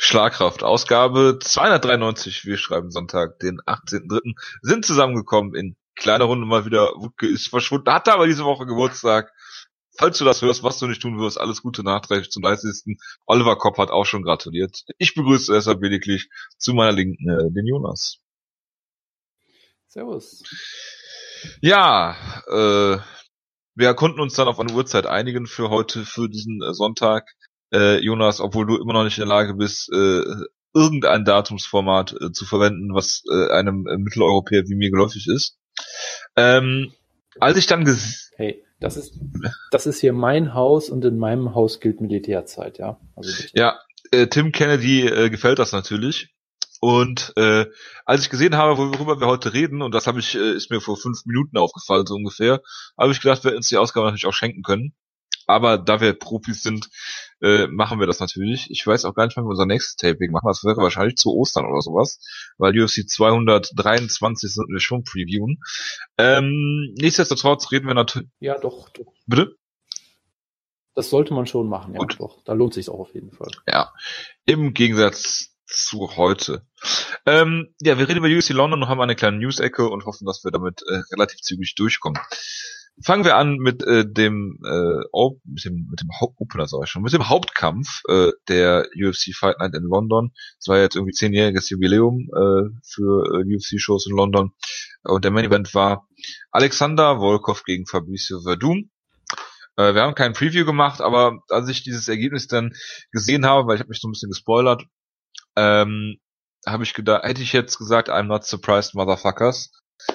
Schlagkraft, Ausgabe 293, wir schreiben Sonntag, den 18.03., sind zusammengekommen in kleiner Runde mal wieder. Wutke ist verschwunden, hatte aber diese Woche Geburtstag. Falls du das hörst, was du nicht tun wirst, alles Gute nachträglich zum 30. Oliver Kopp hat auch schon gratuliert. Ich begrüße deshalb lediglich zu meiner Linken den Jonas. Servus. Ja, wir konnten uns dann auf eine Uhrzeit einigen für heute, für diesen Sonntag. Jonas, obwohl du immer noch nicht in der Lage bist, irgendein Datumsformat zu verwenden, was einem Mitteleuropäer wie mir geläufig ist. Als ich dann Hey, das ist hier mein Haus und in meinem Haus gilt Militärzeit, ja. Also bitte. Ja, Tim Kennedy gefällt das natürlich. Und als ich gesehen habe, worüber wir heute reden, und das ist mir vor 5 Minuten aufgefallen, so ungefähr, habe ich gedacht, wir uns die Ausgabe natürlich auch schenken können. Aber da wir Profis sind, machen wir das natürlich. Ich weiß auch gar nicht, wann wir unser nächstes Taping machen. Das wäre wahrscheinlich zu Ostern oder sowas, weil UFC 223 sind wir schon previewen. Nichtsdestotrotz reden wir natürlich... Ja, doch. Bitte? Das sollte man schon machen, ja. Gut. Doch. Da lohnt sich's auch auf jeden Fall. Ja, im Gegensatz zu heute. Ja, wir reden über UFC London und haben eine kleine News-Ecke und hoffen, dass wir damit relativ zügig durchkommen. Fangen wir an mit dem Opener, sag ich schon, mit dem Hauptkampf der UFC Fight Night in London. Es war jetzt irgendwie 10-jähriges Jubiläum für UFC-Shows in London. Und der Main Event war Alexander Volkov gegen Fabricio Werdum. Wir haben kein Preview gemacht, aber als ich dieses Ergebnis dann gesehen habe, weil ich habe mich so ein bisschen gespoilert, habe ich gedacht, hätte ich jetzt gesagt, I'm not surprised, motherfuckers.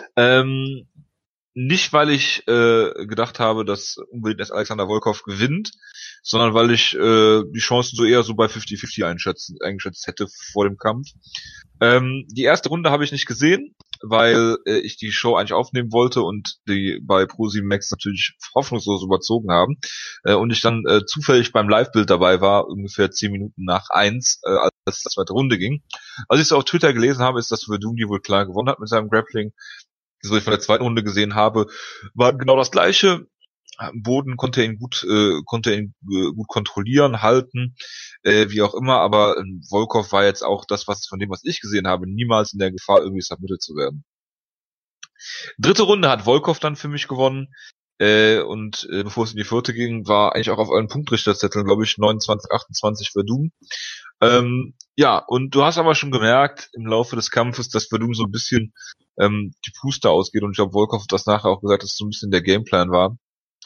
Nicht, weil ich gedacht habe, dass unbedingt erst Alexander Volkov gewinnt, sondern weil ich die Chancen so eher so bei 50-50 eingeschätzt hätte vor dem Kampf. Die erste Runde habe ich nicht gesehen, weil ich die Show eigentlich aufnehmen wollte und die bei ProSieben Max natürlich hoffnungslos überzogen haben. Und ich dann zufällig beim Live-Bild dabei war, ungefähr 10 Minuten nach 1, als die zweite Runde ging. Als ich es auf Twitter gelesen habe, ist, dass Werdum die wohl klar gewonnen hat mit seinem Grappling. Das, was ich von der zweiten Runde gesehen habe, war genau das Gleiche. Am Boden konnte er ihn gut kontrollieren, halten, wie auch immer, aber Volkov war jetzt auch das, von dem, was ich gesehen habe, niemals in der Gefahr, irgendwie submitted zu werden. Dritte Runde hat Volkov dann für mich gewonnen, und bevor es in die vierte ging, war eigentlich auch auf allen Punktrichterzetteln, glaube ich, 29-28 Werdum. Ja, und du hast aber schon gemerkt im Laufe des Kampfes, dass Werdum so ein bisschen die Puste ausgeht, und ich glaube, Volkov hat das nachher auch gesagt, dass es so ein bisschen der Gameplan war,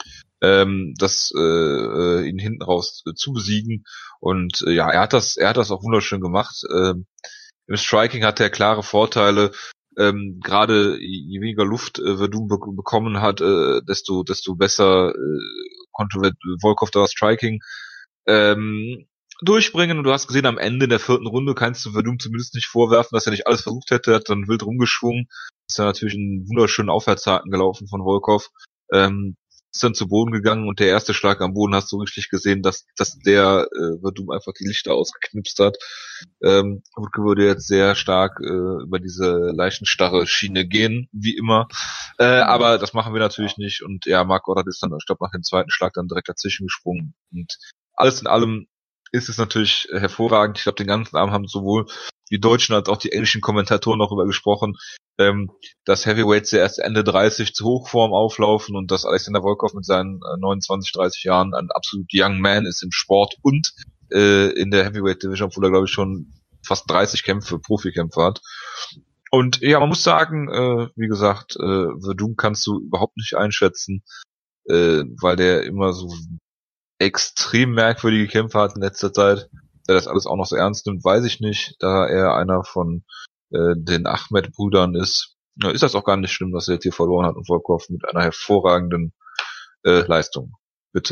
ihn hinten raus zu besiegen. Und ja, er hat das auch wunderschön gemacht. Im Striking hat er klare Vorteile. Gerade je weniger Luft Werdum bekommen hat, desto besser konnte Volkov das Striking durchbringen. Und du hast gesehen, am Ende der vierten Runde kannst du Werdum zumindest nicht vorwerfen, dass er nicht alles versucht hätte. Er hat dann wild rumgeschwungen. Ist ja natürlich einen wunderschönen Aufwärtshaken gelaufen von Volkov. Ist dann zu Boden gegangen, und der erste Schlag am Boden hast du richtig gesehen, dass der Werdum einfach die Lichter ausgeknipst hat. Wutke würde jetzt sehr stark über diese leichenstarre Schiene gehen, wie immer. Aber das machen wir natürlich nicht. Und ja, Marc Goddard ist dann, ich glaube, nach dem zweiten Schlag dann direkt dazwischen gesprungen. Und alles in allem ist es natürlich hervorragend. Ich glaube, den ganzen Abend haben sowohl die deutschen als auch die englischen Kommentatoren darüber gesprochen, dass Heavyweights ja erst Ende 30 zu Hochform auflaufen und dass Alexander Volkov mit seinen 29, 30 Jahren ein absolut young man ist im Sport und in der Heavyweight Division, obwohl er, glaube ich, schon fast 30 Profikämpfe hat. Und ja, man muss sagen, wie gesagt, Werdum kannst du überhaupt nicht einschätzen, weil der immer so extrem merkwürdige Kämpfe hat in letzter Zeit. Der das alles auch noch so ernst nimmt, weiß ich nicht, da er einer von den Ahmed-Brüdern ist. Ja, ist das auch gar nicht schlimm, dass er jetzt hier verloren hat, und Volkov mit einer hervorragenden Leistung. Bitte.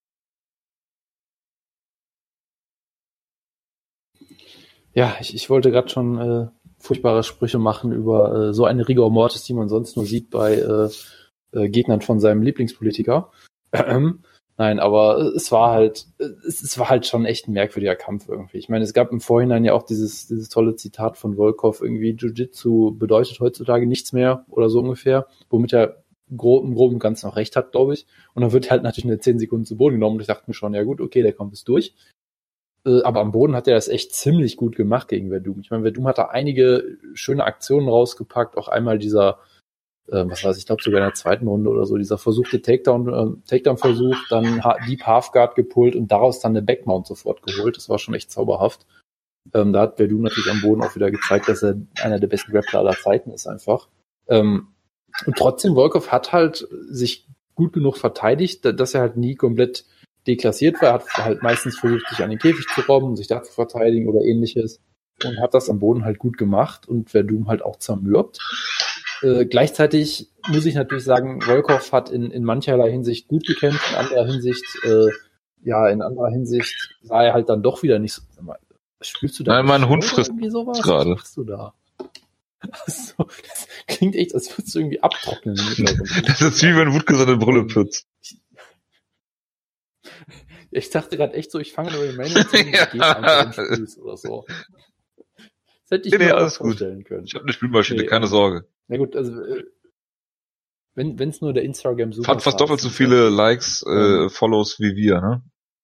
Ja, ich wollte gerade schon furchtbare Sprüche machen über so eine Rigor Mortis, die man sonst nur sieht bei Gegnern von seinem Lieblingspolitiker. Nein, aber es war halt schon echt ein merkwürdiger Kampf irgendwie. Ich meine, es gab im Vorhinein ja auch dieses tolle Zitat von Volkov, irgendwie Jiu-Jitsu bedeutet heutzutage nichts mehr oder so ungefähr, womit er im Groben und Ganzen noch recht hat, glaube ich. Und dann wird halt natürlich in 10 Sekunden zu Boden genommen, und ich dachte mir schon, ja gut, okay, der Kampf ist durch. Aber am Boden hat er das echt ziemlich gut gemacht gegen Verdum. Ich meine, Verdum hat da einige schöne Aktionen rausgepackt. Auch einmal dieser, ich glaube sogar in der zweiten Runde oder so, dieser versuchte Takedown-Versuch, dann Deep Halfguard gepullt und daraus dann eine Backmount sofort geholt. Das war schon echt zauberhaft. Da hat Verdum natürlich am Boden auch wieder gezeigt, dass er einer der besten Grappler aller Zeiten ist einfach. Und trotzdem, Volkov hat halt sich gut genug verteidigt, dass er halt nie komplett deklassiert war. Er hat halt meistens versucht, sich an den Käfig zu robben, sich da zu verteidigen oder ähnliches und hat das am Boden halt gut gemacht und Verdum halt auch zermürbt. Gleichzeitig muss ich natürlich sagen, Volkov hat in mancherlei Hinsicht gut gekämpft, in anderer Hinsicht sah er halt dann doch wieder nicht so. Spürst du da? Nein, mein Hund frisst sowas? gerade. Was machst du da? Also, das klingt echt, als würdest du irgendwie abtrocknen. Das ist wie wenn Wutke seine Brille putzt. Ich dachte gerade echt so, ich fange nur den Manual zu, ich gehe einfach in den Spieß oder so. Das hätte ich mir auch vorstellen können. Ich habe eine Spülmaschine, keine Sorge. Na gut, also wenn es nur der Instagram Super hat fast doppelt so viele Likes, Follows wie wir, ne?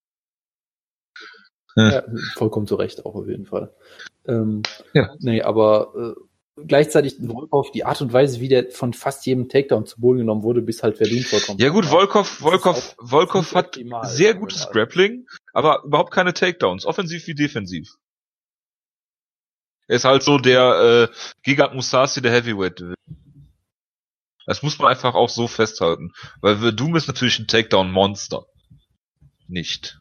Ja, vollkommen zu Recht auch auf jeden Fall. Nee, aber gleichzeitig Volkov, die Art und Weise, wie der von fast jedem Takedown zu Boden genommen wurde, bis halt Verdum vollkommen. Ja gut, Volkov hat optimal, sehr gutes Grappling, aber überhaupt keine Takedowns, offensiv wie defensiv. Er ist halt so der Gegard Mousasi der Heavyweight. Das muss man einfach auch so festhalten, weil Verdum ist natürlich ein Takedown-Monster. Nicht.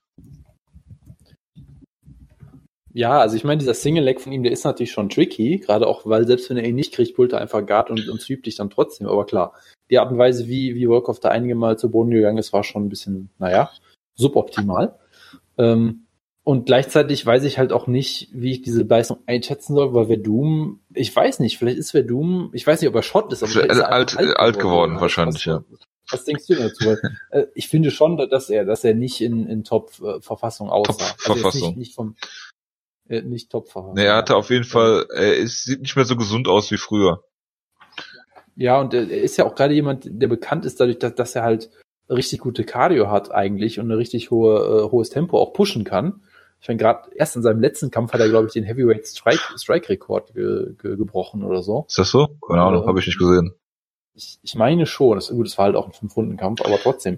Ja, also ich meine, dieser Single-Leg von ihm, der ist natürlich schon tricky, gerade auch, weil selbst wenn er ihn nicht kriegt, pullt er einfach Guard und sweept dich dann trotzdem. Aber klar, die Art und Weise, wie Volkov da einige Mal zu Boden gegangen ist, war schon ein bisschen, suboptimal. Und gleichzeitig weiß ich halt auch nicht, wie ich diese Leistung einschätzen soll, weil Verdum, ich weiß nicht, vielleicht ist Verdum, ich weiß nicht, ob er Schott ist, aber ist er alt geworden wahrscheinlich, ja. Was denkst du dazu? Weil, ich finde schon, dass er nicht in Top-Verfassung aussah. Top-Verfassung. Also nicht Top-Verfassung. Nee, er hatte auf jeden Fall, sieht nicht mehr so gesund aus wie früher. Ja, und er ist ja auch gerade jemand, der bekannt ist dadurch, dass er halt richtig gute Cardio hat eigentlich und ein richtig hohes Tempo auch pushen kann. Ich meine, gerade erst in seinem letzten Kampf hat er, glaube ich, den Heavyweight Strike-Rekord gebrochen oder so. Ist das so? Keine Ahnung, habe ich nicht gesehen. Ich meine schon. Das war halt auch ein 5-Runden-Kampf, aber trotzdem.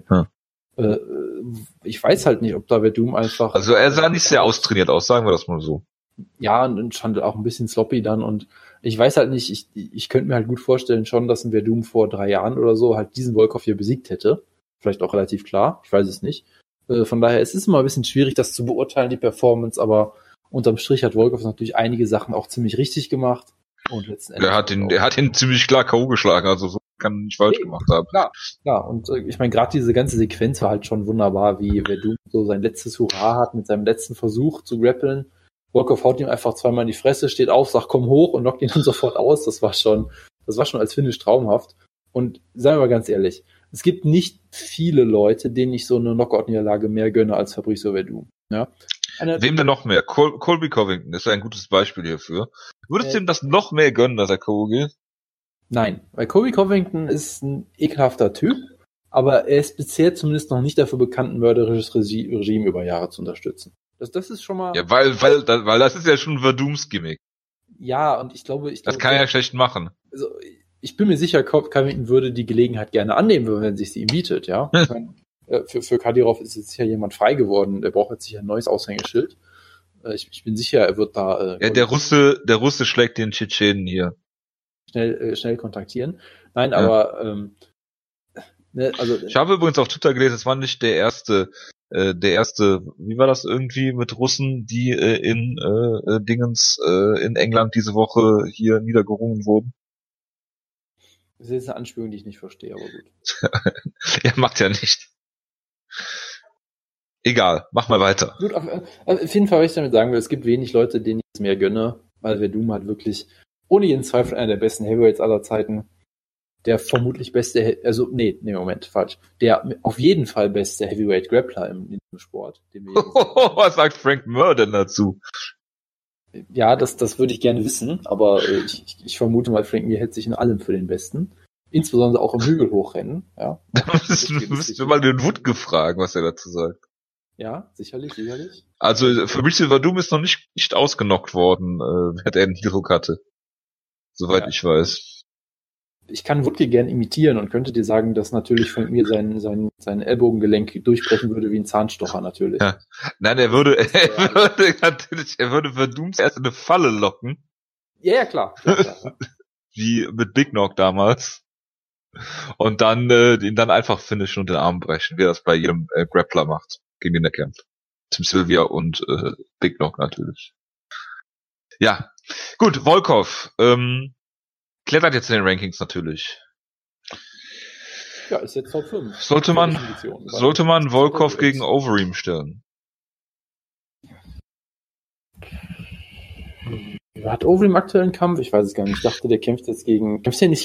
Ich weiß halt nicht, ob da Verdum einfach... Also er sah nicht sehr austrainiert aus, sagen wir das mal so. Ja, und stand auch ein bisschen sloppy dann und ich weiß halt nicht, ich könnte mir halt gut vorstellen schon, dass ein Verdum vor 3 Jahren oder so halt diesen Volkov hier besiegt hätte. Vielleicht auch relativ klar, ich weiß es nicht. Von daher, es ist immer ein bisschen schwierig, das zu beurteilen, die Performance, aber unterm Strich hat Volkov natürlich einige Sachen auch ziemlich richtig gemacht. Und letzten Endes er hat ihn ziemlich klar K.O. geschlagen, also so kann er nicht falsch gemacht haben. Klar. Und ich meine, gerade diese ganze Sequenz war halt schon wunderbar, wie Verdum so sein letztes Hurra hat mit seinem letzten Versuch zu grappeln. Volkov haut ihm einfach zweimal in die Fresse, steht auf, sagt komm hoch und knockt ihn dann sofort aus. Das war schon als Finish traumhaft. Und seien wir mal ganz ehrlich, es gibt nicht viele Leute, denen ich so eine Knockout-Niederlage mehr gönne als Fabricio Verdum. Ja? Wem denn noch mehr? Colby Covington ist ein gutes Beispiel hierfür. Würdest du ihm das noch mehr gönnen, dass er K.O. geht? Nein, weil Colby Covington ist ein ekelhafter Typ, aber er ist bisher zumindest noch nicht dafür bekannt, ein mörderisches Regime über Jahre zu unterstützen. Das ist schon mal... Ja, weil das ist ja schon Verdums Gimmick. Ja, und ich glaube... Das kann er ja schlecht machen. Also, ich bin mir sicher, Covington würde die Gelegenheit gerne annehmen, wenn sich sie ihm bietet, ja. Ich meine, für Kadyrov ist jetzt sicher jemand frei geworden, der braucht jetzt sicher ein neues Aushängeschild. Ich bin sicher, er wird da... Ja, der Russe schlägt den Tschetschenen hier. Schnell kontaktieren. Nein, aber also ich habe übrigens auf Twitter gelesen, es war nicht der erste, wie war das irgendwie mit Russen, die in England diese Woche hier niedergerungen wurden? Das ist jetzt eine Anspielung, die ich nicht verstehe, aber gut. Ja, macht ja nicht. Egal, mach mal weiter. Gut, auf jeden Fall, was ich damit sagen will, es gibt wenig Leute, denen ich es mehr gönne, weil Verdum hat wirklich ohne jeden Zweifel einer der besten Heavyweights aller Zeiten. Der vermutlich beste, der auf jeden Fall beste Heavyweight-Grappler in diesem Sport. Was sagt Frank Mir denn dazu? Ja, das würde ich gerne wissen, aber ich vermute mal, Frank Mir hält sich in allem für den Besten. Insbesondere auch im Hügel hochrennen. Ja. Da müssten wir mal den Wutke fragen, was er dazu sagt. Ja, sicherlich. Also Fabricio Werdum ist noch nicht ausgenockt worden, während er einen Heel-Hook hatte. Soweit ich weiß. Ich kann Woodke gern imitieren und könnte dir sagen, dass natürlich von mir sein Ellbogengelenk durchbrechen würde wie ein Zahnstocher natürlich. Ja. Nein, er würde Werdum erst in eine Falle locken. Ja, klar. Wie mit Big Knock damals. Und dann ihn dann einfach finishen und den Arm brechen, wie er das bei jedem Grappler macht, gegen den er kämpft. Tim Sylvia und Big Knock natürlich. Ja, gut, Volkov klettert jetzt in den Rankings natürlich. Ja, ist jetzt Top 5. Sollte man Volkov gegen Overeem stellen? Hat Overeem aktuell einen Kampf? Ich weiß es gar nicht. Ich dachte, der kämpft nicht gegen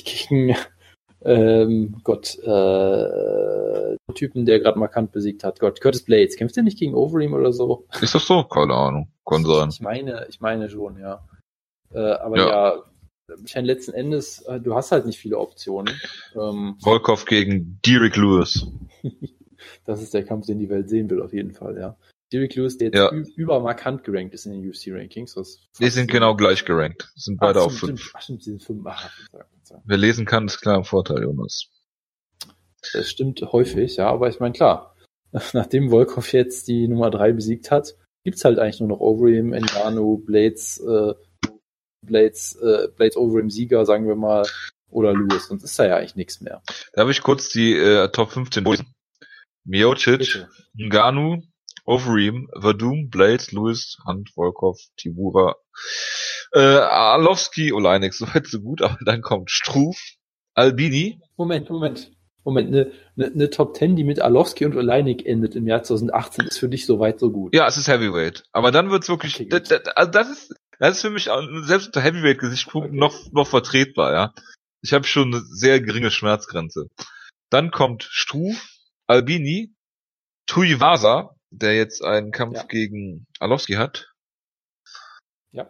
Typen, der gerade markant besiegt hat. Curtis Blades. Kämpft der nicht gegen Overeem oder so? Ist das so? Keine Ahnung. Kann sein. Ich meine schon, ja. Aber letzten Endes, du hast halt nicht viele Optionen. Volkov gegen Derek Lewis. Das ist der Kampf, den die Welt sehen will, auf jeden Fall, ja. Derek Lewis, der jetzt übermarkant gerankt ist in den UFC-Rankings. Die sind genau gleich gerankt. Sind beide auf 5. Stimmt, die sind 5. Wer lesen kann, ist klar im Vorteil, Jonas. Das stimmt häufig, ja, aber ich meine, klar, nachdem Volkov jetzt die Nummer 3 besiegt hat, gibt's halt eigentlich nur noch Overeem, Ngannou, Blades, Overeem Sieger, sagen wir mal, oder Lewis, sonst ist da ja eigentlich nichts mehr. Da habe ich kurz die Top 15 Miocic, Ngannou, Overeem, Werdum, Blades, Lewis, Hunt, Volkov, Tibura, Arlovski, Oleinik, soweit so gut, aber dann kommt Struve, Albini. Moment. Eine Top 10, die mit Arlovski und Oleinik endet im Jahr 2018, ist für dich soweit so gut. Ja, es ist Heavyweight. Aber dann wird's wirklich, das ist für mich selbst unter Heavyweight-Gesichtspunkten noch vertretbar, ja. Ich habe schon eine sehr geringe Schmerzgrenze. Dann kommt Struve, Albini, Tuivasa, der jetzt einen Kampf gegen Arlovski hat. Ja.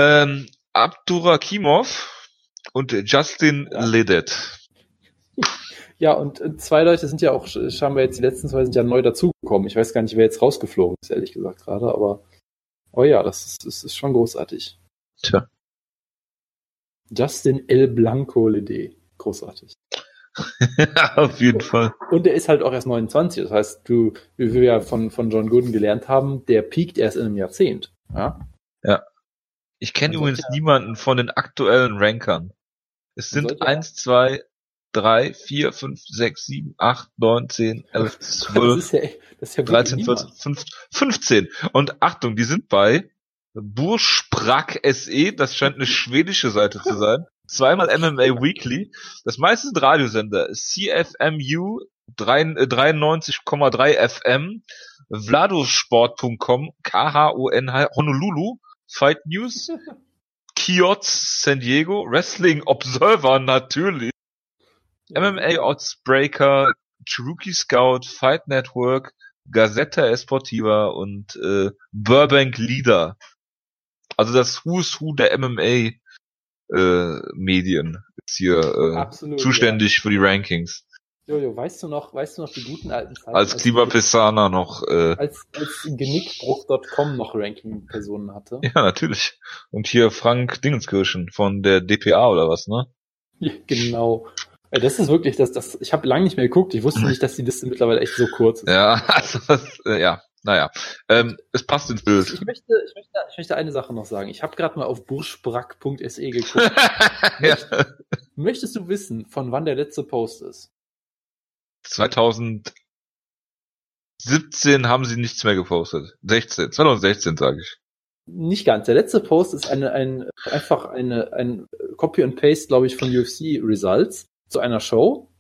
Abdurakimov und Justin Ledet. Ja, und 2 Leute sind ja auch, scheinbar jetzt die letzten 2 sind ja neu dazugekommen. Ich weiß gar nicht, wer jetzt rausgeflogen ist, ehrlich gesagt gerade, aber ja, das ist schon großartig. Tja. Justin El Blanco Lede. Großartig. Auf jeden Fall. Und der ist halt auch erst 29. Das heißt, wie wir ja von John Gooden gelernt haben, der piekt erst in einem Jahrzehnt. Ja. Ich kenne übrigens niemanden von den aktuellen Rankern. Es sind 1, 2, 3, 4, 5, 6, 7, 8, 9, 10, 11, 12, das ist ja 13, 14, 15. Und Achtung, die sind bei Bursprak SE, das scheint eine schwedische Seite zu sein. Zweimal MMA Weekly. Das meiste sind Radiosender. CFMU 93,3 FM, Vladosport.com, KHON Honolulu, Fight News, Kiosk San Diego, Wrestling Observer natürlich, MMA Oddsbreaker, Cherokee Scout, Fight Network, Gazeta Esportiva und Burbank Leader. Also das Who's Who der MMA Medien ist hier zuständig für die Rankings. Jojo, weißt du noch die guten alten Zeiten? Als Klimapisaner noch als Genickbruch.com noch Ranking-Personen hatte. Ja, natürlich. Und hier Frank Dingenskirchen von der DPA oder was, ne? Ja, genau. Das ist wirklich, ich habe lange nicht mehr geguckt, ich wusste nicht, dass die Liste mittlerweile echt so kurz ist. Ja, also naja. Es passt ins Bild. Ich möchte eine Sache noch sagen. Ich habe gerade mal auf burschbrack.se geguckt. Möchtest du wissen, von wann der letzte Post ist? 2017 haben sie nichts mehr gepostet. 2016 sage ich. Nicht ganz. Der letzte Post ist einfach ein Copy and Paste, glaube ich, von UFC Results zu einer Show.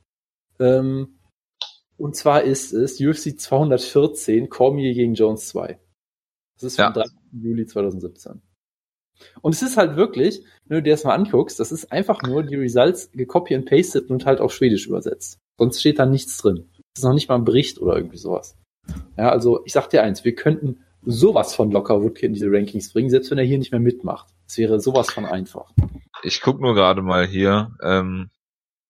Und zwar ist es UFC 214, Cormier gegen Jones 2. Das ist vom 3. Juli 2017. Und es ist halt wirklich, wenn du dir das mal anguckst, das ist einfach nur die Results gecopy and pasted und halt auf Schwedisch übersetzt. Sonst steht da nichts drin. Das ist noch nicht mal ein Bericht oder irgendwie sowas. Ja, also ich sag dir eins, wir könnten sowas von locker Woodke in diese Rankings bringen, selbst wenn er hier nicht mehr mitmacht. Es wäre sowas von einfach. Ich guck nur gerade mal hier,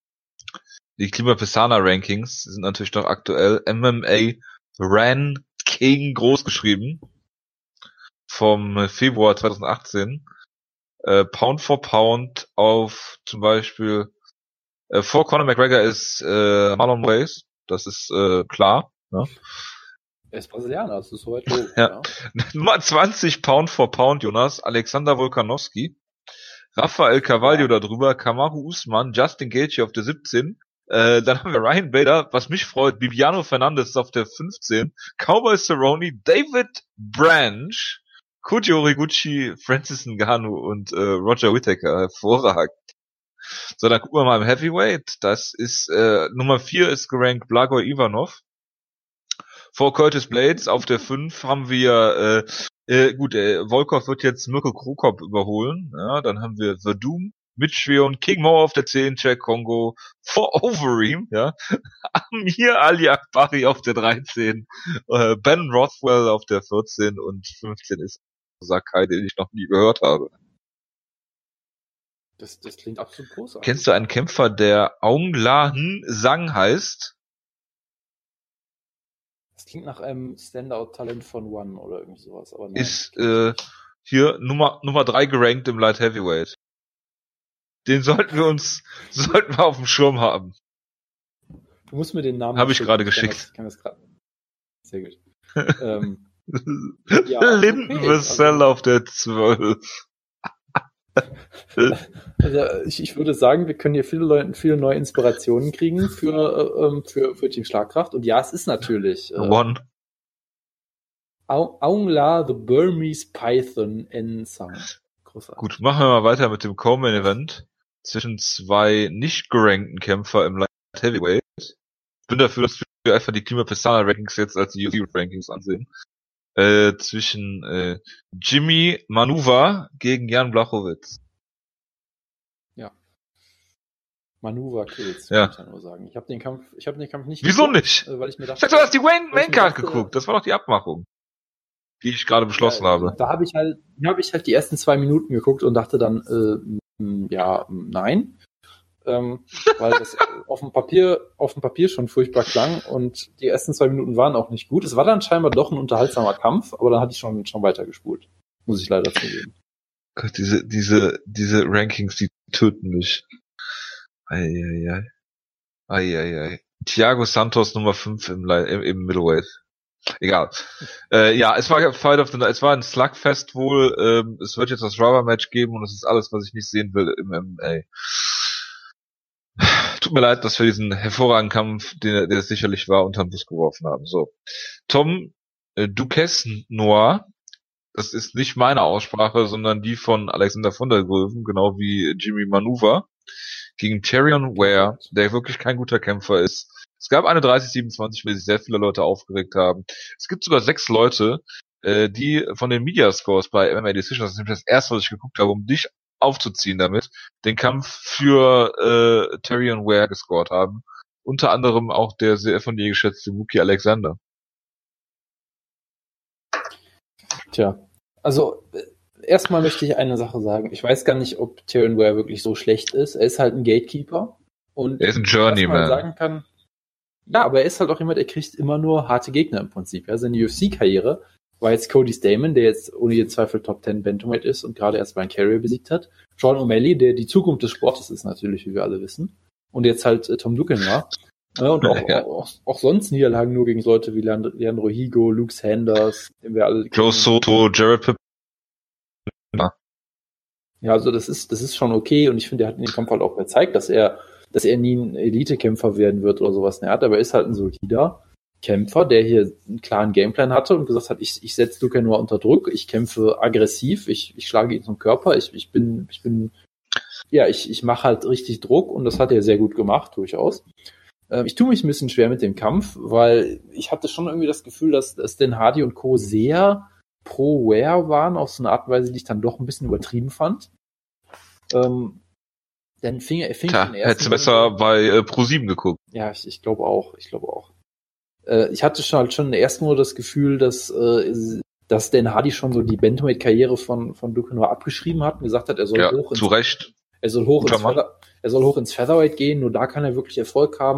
die Klimapisana Rankings sind natürlich noch aktuell. MMA Rankings King groß geschrieben. Vom Februar 2018. Pound for Pound auf zum Beispiel vor Conor McGregor ist Marlon Moraes. Das ist klar. Ja. Er ist Brasilianer, das ist soweit logisch. Ja. Nummer 20 Pound for Pound, Jonas. Alexander Volkanovski. Rafael Carvalho darüber. Kamaru Usman. Justin Gaethje auf der 17. Dann haben wir Ryan Bader, was mich freut. Bibiano Fernandes ist auf der 15. Cowboy Cerrone. David Branch. Koji Horiguchi, Francis Ngannou und Roger Whittaker. Hervorragend. So, dann gucken wir mal im Heavyweight. Das ist Nummer 4 ist gerankt Blagoy Ivanov. Vor Curtis Blades auf der 5 haben wir Volkov wird jetzt Mirko Krokop überholen. Ja, dann haben wir Verdum, Mitchweon, King Mo auf der 10, Jack Kongo, vor Overeem, ja. Amir Ali Akbari auf der 13, Ben Rothwell auf der 14 und 15 ist Sakai, den ich noch nie gehört habe. Das klingt absolut großartig. Kennst du einen Kämpfer, der Aung La N Sang heißt? Das klingt nach einem Standout-Talent von One oder irgendwie sowas. Aber nein, ist hier Nummer 3 gerankt im Light Heavyweight. Den sollten wir auf dem Schirm haben. Du musst mir den Namen... Habe ich gerade geschickt. Ich kann das gerade. Sehr gut. Linden Wessel auf der 12. Also ich würde sagen, wir können hier viele neue Inspirationen kriegen für Team Schlagkraft. Und ja, es ist natürlich One. Aung La the Burmese Python in Sang. Großartig. Gut, machen wir mal weiter mit dem Co-Main Event zwischen zwei nicht gerankten Kämpfer im Light Heavyweight. Ich bin dafür, dass wir einfach die Klima Pestana Rankings jetzt als die UFC Rankings ansehen. Zwischen Jimmy Manuwa gegen Jan Blachowicz. Ja. Manuwa kills, ja. Kann ich ja nur sagen. Ich habe den Kampf nicht Wieso geguckt, nicht? Weil ich mir dachte, ich dachte, du hast die Maincard geguckt. Das war doch die Abmachung, die ich gerade beschlossen habe. Da habe ich halt die ersten 2 Minuten geguckt und dachte dann, nein. Weil das auf dem Papier schon furchtbar klang und die ersten 2 Minuten waren auch nicht gut. Es war dann scheinbar doch ein unterhaltsamer Kampf, aber dann hatte ich schon weitergespult. Muss ich leider zugeben. Gott, diese Rankings, die töten mich. Eieiei. Thiago Santos Nummer 5 im Middleweight. Egal. Es war ein Slugfest wohl. Es wird jetzt das Rubber Match geben und es ist alles, was ich nicht sehen will im MMA. Tut mir leid, dass wir diesen hervorragenden Kampf, der es sicherlich war, unter den Bus geworfen haben. So. Tom Duques Noir, das ist nicht meine Aussprache, sondern die von Alexander von der Gröven, genau wie Jimmy Manuwa, gegen Tyrion Ware, der wirklich kein guter Kämpfer ist. Es gab eine 30-27, weil sich sehr viele Leute aufgeregt haben. Es gibt sogar 6 Leute, die von den Media Scores bei MMA Decision, das ist nämlich das erste, was ich geguckt habe, um dich aufzuziehen damit, den Kampf für Tyrion Ware gescored haben. Unter anderem auch der sehr von dir geschätzte Mookie Alexander. Tja, also erstmal möchte ich eine Sache sagen. Ich weiß gar nicht, ob Tyrion Ware wirklich so schlecht ist. Er ist halt ein Gatekeeper. Und er ist ein Journeyman. Sagen kann, ja, aber er ist halt auch jemand, der kriegt immer nur harte Gegner im Prinzip. Ja, seine UFC-Karriere war jetzt Cody Stamann, der jetzt ohne jeden Zweifel Top 10 Bantamweight ist und gerade erst Brian Carrier besiegt hat. Sean O'Malley, der die Zukunft des Sportes ist natürlich, wie wir alle wissen. Und jetzt halt Tom Duquesne war. Ja, und auch sonst Niederlagen nur gegen Leute wie Leandro Higo, Luke Sanders, den wir alle Joe Soto, Jared Pippen. Ja, also das ist schon okay und ich finde, er hat in dem Kampf halt auch gezeigt, dass er nie ein Elite-Kämpfer werden wird oder sowas. Aber er ist halt ein solider Kämpfer, der hier einen klaren Gameplan hatte und gesagt hat, ich setze Duquesne nur unter Druck, ich kämpfe aggressiv, ich schlage ihn zum Körper, ich mache halt richtig Druck und das hat er sehr gut gemacht, durchaus. Ich tue mich ein bisschen schwer mit dem Kampf, weil ich hatte schon irgendwie das Gefühl, dass Dan Hardy und Co. sehr pro Ware waren, auf so eine Art und Weise, die ich dann doch ein bisschen übertrieben fand. Dann fing er hättest du besser bei Pro7 geguckt. Ja, ich glaube auch. Ich hatte schon in der ersten Runde das Gefühl, dass Dan Hardy schon so die Bantamweight-Karriere von Duquesne abgeschrieben hat und gesagt hat, er soll hoch ins Featherweight gehen, nur da kann er wirklich Erfolg haben.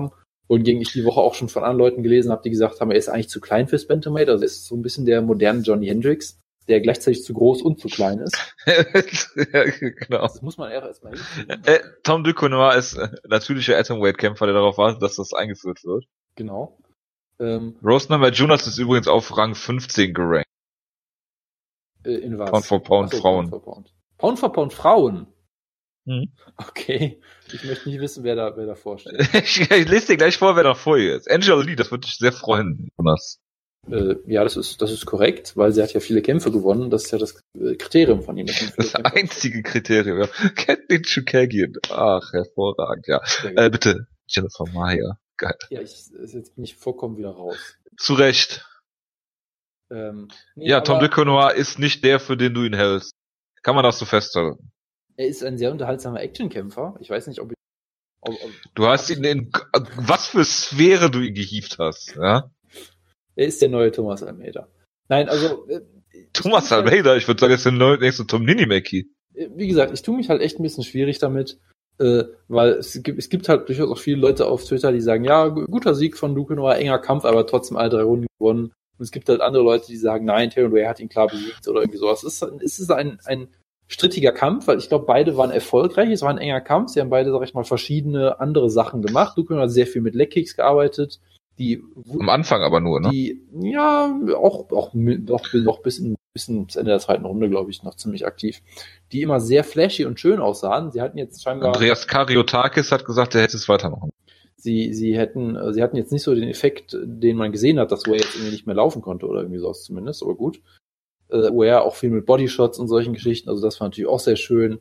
wohingegen ich die Woche auch schon von anderen Leuten gelesen habe, die gesagt haben, er ist eigentlich zu klein fürs Bantamweight. Also er ist so ein bisschen der moderne Johnny Hendricks, der gleichzeitig zu groß und zu klein ist. Ja, genau. Das muss man eher erstmal hinkriegen. Tom Ducournau ist natürlicher Atomweight-Kämpfer, der darauf wartet, dass das eingeführt wird. Genau. Rose Namajunas ist übrigens auf Rang 15 gerankt. In was? Pound for Pound Frauen. Pound for Pound Frauen? Hm. Okay. Ich möchte nicht wissen, wer da vorsteht. Ich lese dir gleich vor, wer da vor ihr ist. Angela Lee, das würde dich sehr freuen, Jonas. Ja, das ist korrekt, weil sie hat ja viele Kämpfe gewonnen. Das ist ja das Kriterium von ihm. Das einzige Kriterium, ja. Kathleen Chookagian. Ach, hervorragend, ja. Bitte, Jennifer Maia. Geil. Ja, jetzt bin ich vollkommen wieder raus. Zu Recht. Nee, ja, Tom Ducournau ist nicht der, für den du ihn hältst. Kann man das so festhalten? Er ist ein sehr unterhaltsamer Actionkämpfer. Ich weiß nicht, ob du hast ihn in was für Sphäre du ihn gehievt hast, ja? Er ist der neue Thomas Almeida. Nein, also Thomas Almeida, ich würde sagen, er ist der nächste Tom Ninimaki. Wie gesagt, ich tue mich halt echt ein bisschen schwierig damit, weil es gibt halt durchaus auch viele Leute auf Twitter, die sagen, ja, guter Sieg von Ducournau, enger Kampf, aber trotzdem alle 3 Runden gewonnen. Und es gibt halt andere Leute, die sagen, nein, Theodor hat ihn klar besiegt oder irgendwie sowas. Es ist ein strittiger Kampf, weil ich glaube, beide waren erfolgreich. Es war ein enger Kampf. Sie haben beide, sag ich mal, verschiedene andere Sachen gemacht. Ducournau hat sehr viel mit Legkicks gearbeitet. Am Anfang aber nur, ne? Die, ja, auch noch bis ins Ende der 2. Runde, glaube ich, noch ziemlich aktiv. Die immer sehr flashy und schön aussahen. Sie hatten jetzt scheinbar... Andreas Kariotakis hat gesagt, er hätte es weitermachen. Sie hatten jetzt nicht so den Effekt, den man gesehen hat, dass Ware jetzt irgendwie nicht mehr laufen konnte oder irgendwie sowas zumindest, aber gut. Ware auch viel mit Bodyshots und solchen Geschichten, also das war natürlich auch sehr schön.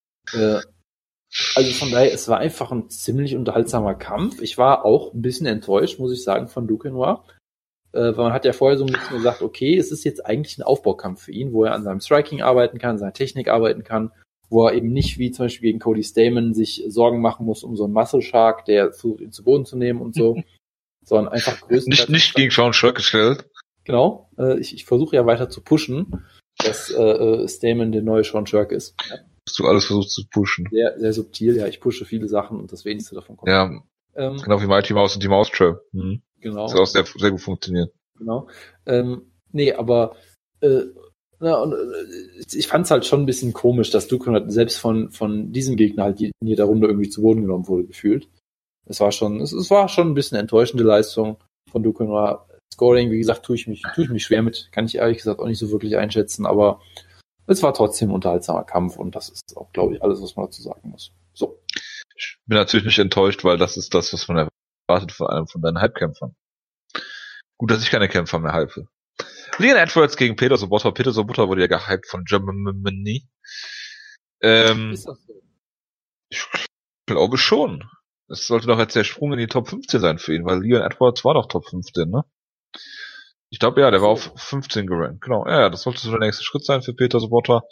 Also von daher, es war einfach ein ziemlich unterhaltsamer Kampf. Ich war auch ein bisschen enttäuscht, muss ich sagen, von Ducournau. Weil man hat ja vorher so ein bisschen gesagt, okay, es ist jetzt eigentlich ein Aufbaukampf für ihn, wo er an seinem Striking arbeiten kann, seiner Technik arbeiten kann, wo er eben nicht wie zum Beispiel gegen Cody Stamann sich Sorgen machen muss um so einen Muscle Shark, der versucht, ihn zu Boden zu nehmen und so, sondern einfach größtenteils... Nicht gegen Sean Shark gestellt. Genau. Ich versuche ja weiter zu pushen, dass Stamann der neue Sean Shark ist. Ja. Dass du alles versuchst zu pushen. Sehr, sehr subtil, ja. Ich pushe viele Sachen und das wenigste davon kommt. Ja, genau wie Mighty Mouse und die Mousetrap. Mhm. Genau. Das hat auch sehr, sehr gut funktioniert. Genau. Nee, aber ich fand es halt schon ein bisschen komisch, dass Ducournau selbst von diesem Gegner halt in jeder Runde irgendwie zu Boden genommen wurde, gefühlt. Es war schon ein bisschen enttäuschende Leistung von Ducournau. Scoring, wie gesagt, tue ich mich schwer mit, kann ich ehrlich gesagt auch nicht so wirklich einschätzen, aber es war trotzdem ein unterhaltsamer Kampf und das ist auch, glaube ich, alles, was man dazu sagen muss. So. Ich bin natürlich nicht enttäuscht, weil das ist das, was man erwartet von einem von deinen Halbkämpfern. Gut, dass ich keine Kämpfer mehr hype. Leon Edwards gegen Peter Sobotta. Peter Sobotta wurde ja gehypt von Germany. Ist das so? Ich glaube schon. Es sollte doch jetzt der Sprung in die Top 15 sein für ihn, weil Leon Edwards war doch Top 15, ne? Ich glaube, ja, der war auf 15 gerankt. Genau, ja, das sollte so der nächste Schritt sein für Peter Sobotta.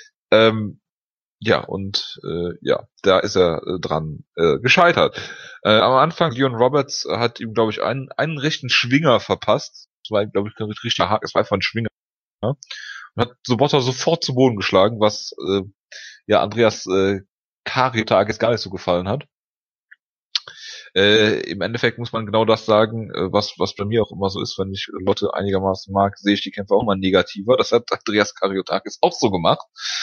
Ja, und da ist er dran gescheitert. Am Anfang, Leon Roberts hat ihm, glaube ich, einen rechten Schwinger verpasst. Das war, glaube ich, kein richtiger Haken, es war einfach ein Schwinger. Ja? Und hat Sobotta sofort zu Boden geschlagen, was Andreas Kariotakis gar nicht so gefallen hat. Im Endeffekt muss man genau das sagen, was bei mir auch immer so ist, wenn ich Lotte einigermaßen mag, sehe ich die Kämpfe auch mal negativer. Das hat Andreas Kariotakis auch so gemacht.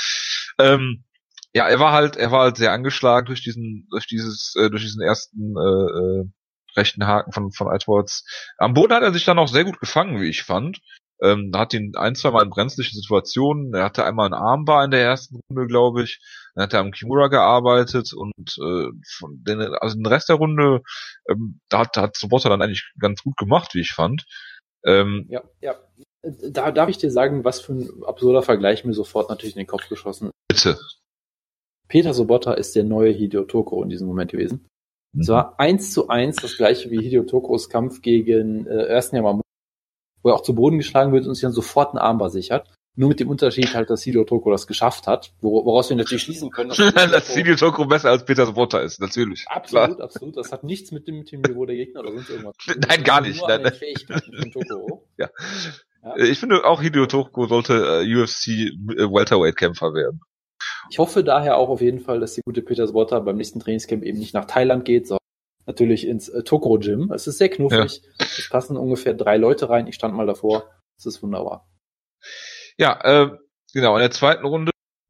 Er war halt sehr angeschlagen durch diesen ersten rechten Haken von Edwards. Am Boden hat er sich dann auch sehr gut gefangen, wie ich fand. Hat ihn 1-2 Mal in brenzlichen Situationen. Er hatte einmal einen Armbar in der ersten Runde, glaube ich. Dann hat er am Kimura gearbeitet und den Rest der Runde da hat Sobotta dann eigentlich ganz gut gemacht, wie ich fand. Ja. Da darf ich dir sagen, was für ein absurder Vergleich mir sofort natürlich in den Kopf geschossen ist. Bitte. Peter Sobotta ist der neue Hideo Toko in diesem Moment gewesen. Es war 1:1 das gleiche wie Hideo Tokos Kampf gegen Ersten Yamamoto, wo er auch zu Boden geschlagen wird und sich dann sofort einen Armbar sichert. Nur mit dem Unterschied halt, dass Hideo Toko das geschafft hat, woraus wir natürlich schließen können, dass Hideo Toko besser als Peter Sobotta ist, natürlich. Absolut, klar. Absolut. Das hat nichts mit dem Niveau der Gegner oder sonst irgendwas zu tun. Nein, gar nicht. Nur an den Fähigkeiten von Toko. Ja. Ich finde auch Hideo Toko sollte UFC Welterweight-Kämpfer werden. Ich hoffe daher auch auf jeden Fall, dass die gute Peter Sobotta beim nächsten Trainingscamp eben nicht nach Thailand geht, sondern natürlich ins Tokoro Gym. Es ist sehr knuffig. Es passen ungefähr 3 Leute rein. Ich stand mal davor. Es ist wunderbar. Ja, genau. In der zweiten Runde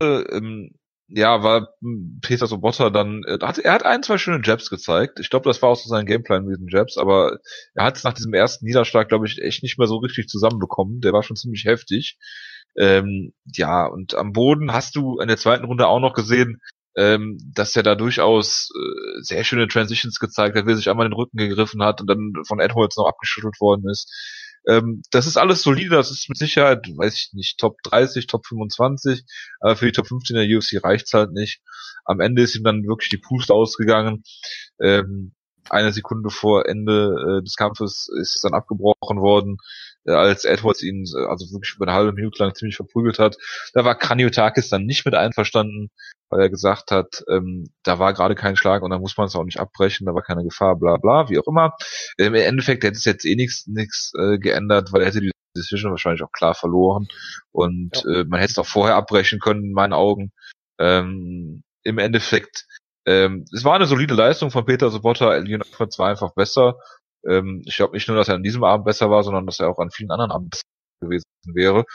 war Peter Sobotta dann, er hat 2 schöne Jabs gezeigt. Ich glaube, das war auch so sein Gameplan mit diesen Jabs, aber er hat es nach diesem ersten Niederschlag, glaube ich, echt nicht mehr so richtig zusammenbekommen. Der war schon ziemlich heftig. Und am Boden hast du in der zweiten Runde auch noch gesehen, dass er da durchaus sehr schöne Transitions gezeigt hat, wie er sich einmal den Rücken gegriffen hat und dann von Edwards noch abgeschüttelt worden ist. Das ist alles solide, das ist mit Sicherheit, weiß ich nicht, Top 30, Top 25, aber für die Top 15 der UFC reicht's halt nicht. Am Ende ist ihm dann wirklich die Puste ausgegangen. Eine Sekunde vor Ende des Kampfes ist es dann abgebrochen worden, als Edwards ihn also wirklich über eine halbe Minute lang ziemlich verprügelt hat. Da war Kraniotakis dann nicht mit einverstanden, weil er gesagt hat, da war gerade kein Schlag und da muss man es auch nicht abbrechen, da war keine Gefahr, bla bla, wie auch immer. Im Endeffekt hätte es jetzt nichts geändert, weil er hätte die Decision wahrscheinlich auch klar verloren und man hätte es auch vorher abbrechen können, in meinen Augen. Im Endeffekt, es war eine solide Leistung von Peter Sobotta, Leon Edwards war einfach besser. Ich glaube nicht nur, dass er an diesem Abend besser war, sondern dass er auch an vielen anderen Abenden besser gewesen wäre.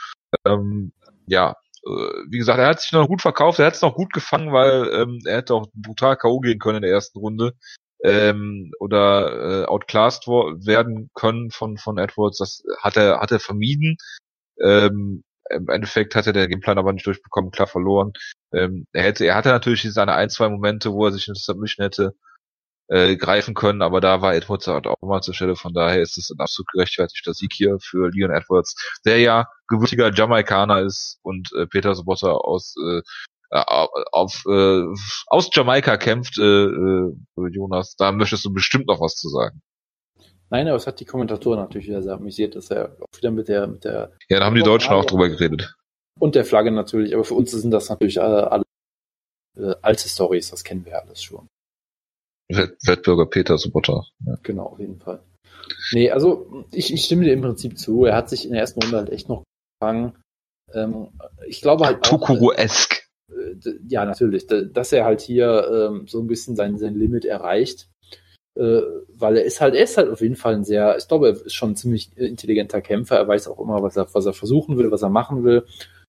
Wie gesagt, er hat sich noch gut verkauft, er hat es noch gut gefangen, weil er hätte auch brutal K.O. gehen können in der ersten Runde oder outclassed werden können von Edwards. Das hat er vermieden. Im Endeffekt hat er den Gameplan aber nicht durchbekommen, klar verloren. Er hatte natürlich seine 1-2 Momente, wo er sich in der Submission hätte greifen können, aber da war Edwards halt auch mal zur Stelle, von daher ist es ein absolut gerechtfertigter Sieg hier für Leon Edwards, der ja gebürtiger Jamaikaner ist und Peter Sobotta aus Jamaika kämpft, Jonas, da möchtest du bestimmt noch was zu sagen. Nein, aber es hat die Kommentatoren natürlich wieder sehr amüsiert, dass er auch wieder mit der ja, da haben die Deutschen auch drüber geredet. Und der Flagge natürlich, aber für uns sind das natürlich alle alte Storys, das kennen wir alles schon. Wettbürger Peter Sobotta. Ja. Genau, auf jeden Fall. Nee, also ich stimme dir im Prinzip zu. Er hat sich in der ersten Runde halt echt noch gefangen. Ich glaube halt Tokoro-esk. Ja, natürlich, dass er halt hier so ein bisschen sein Limit erreicht. Weil er ist halt auf jeden Fall ich glaube, er ist schon ein ziemlich intelligenter Kämpfer. Er weiß auch immer, was er versuchen will, was er machen will.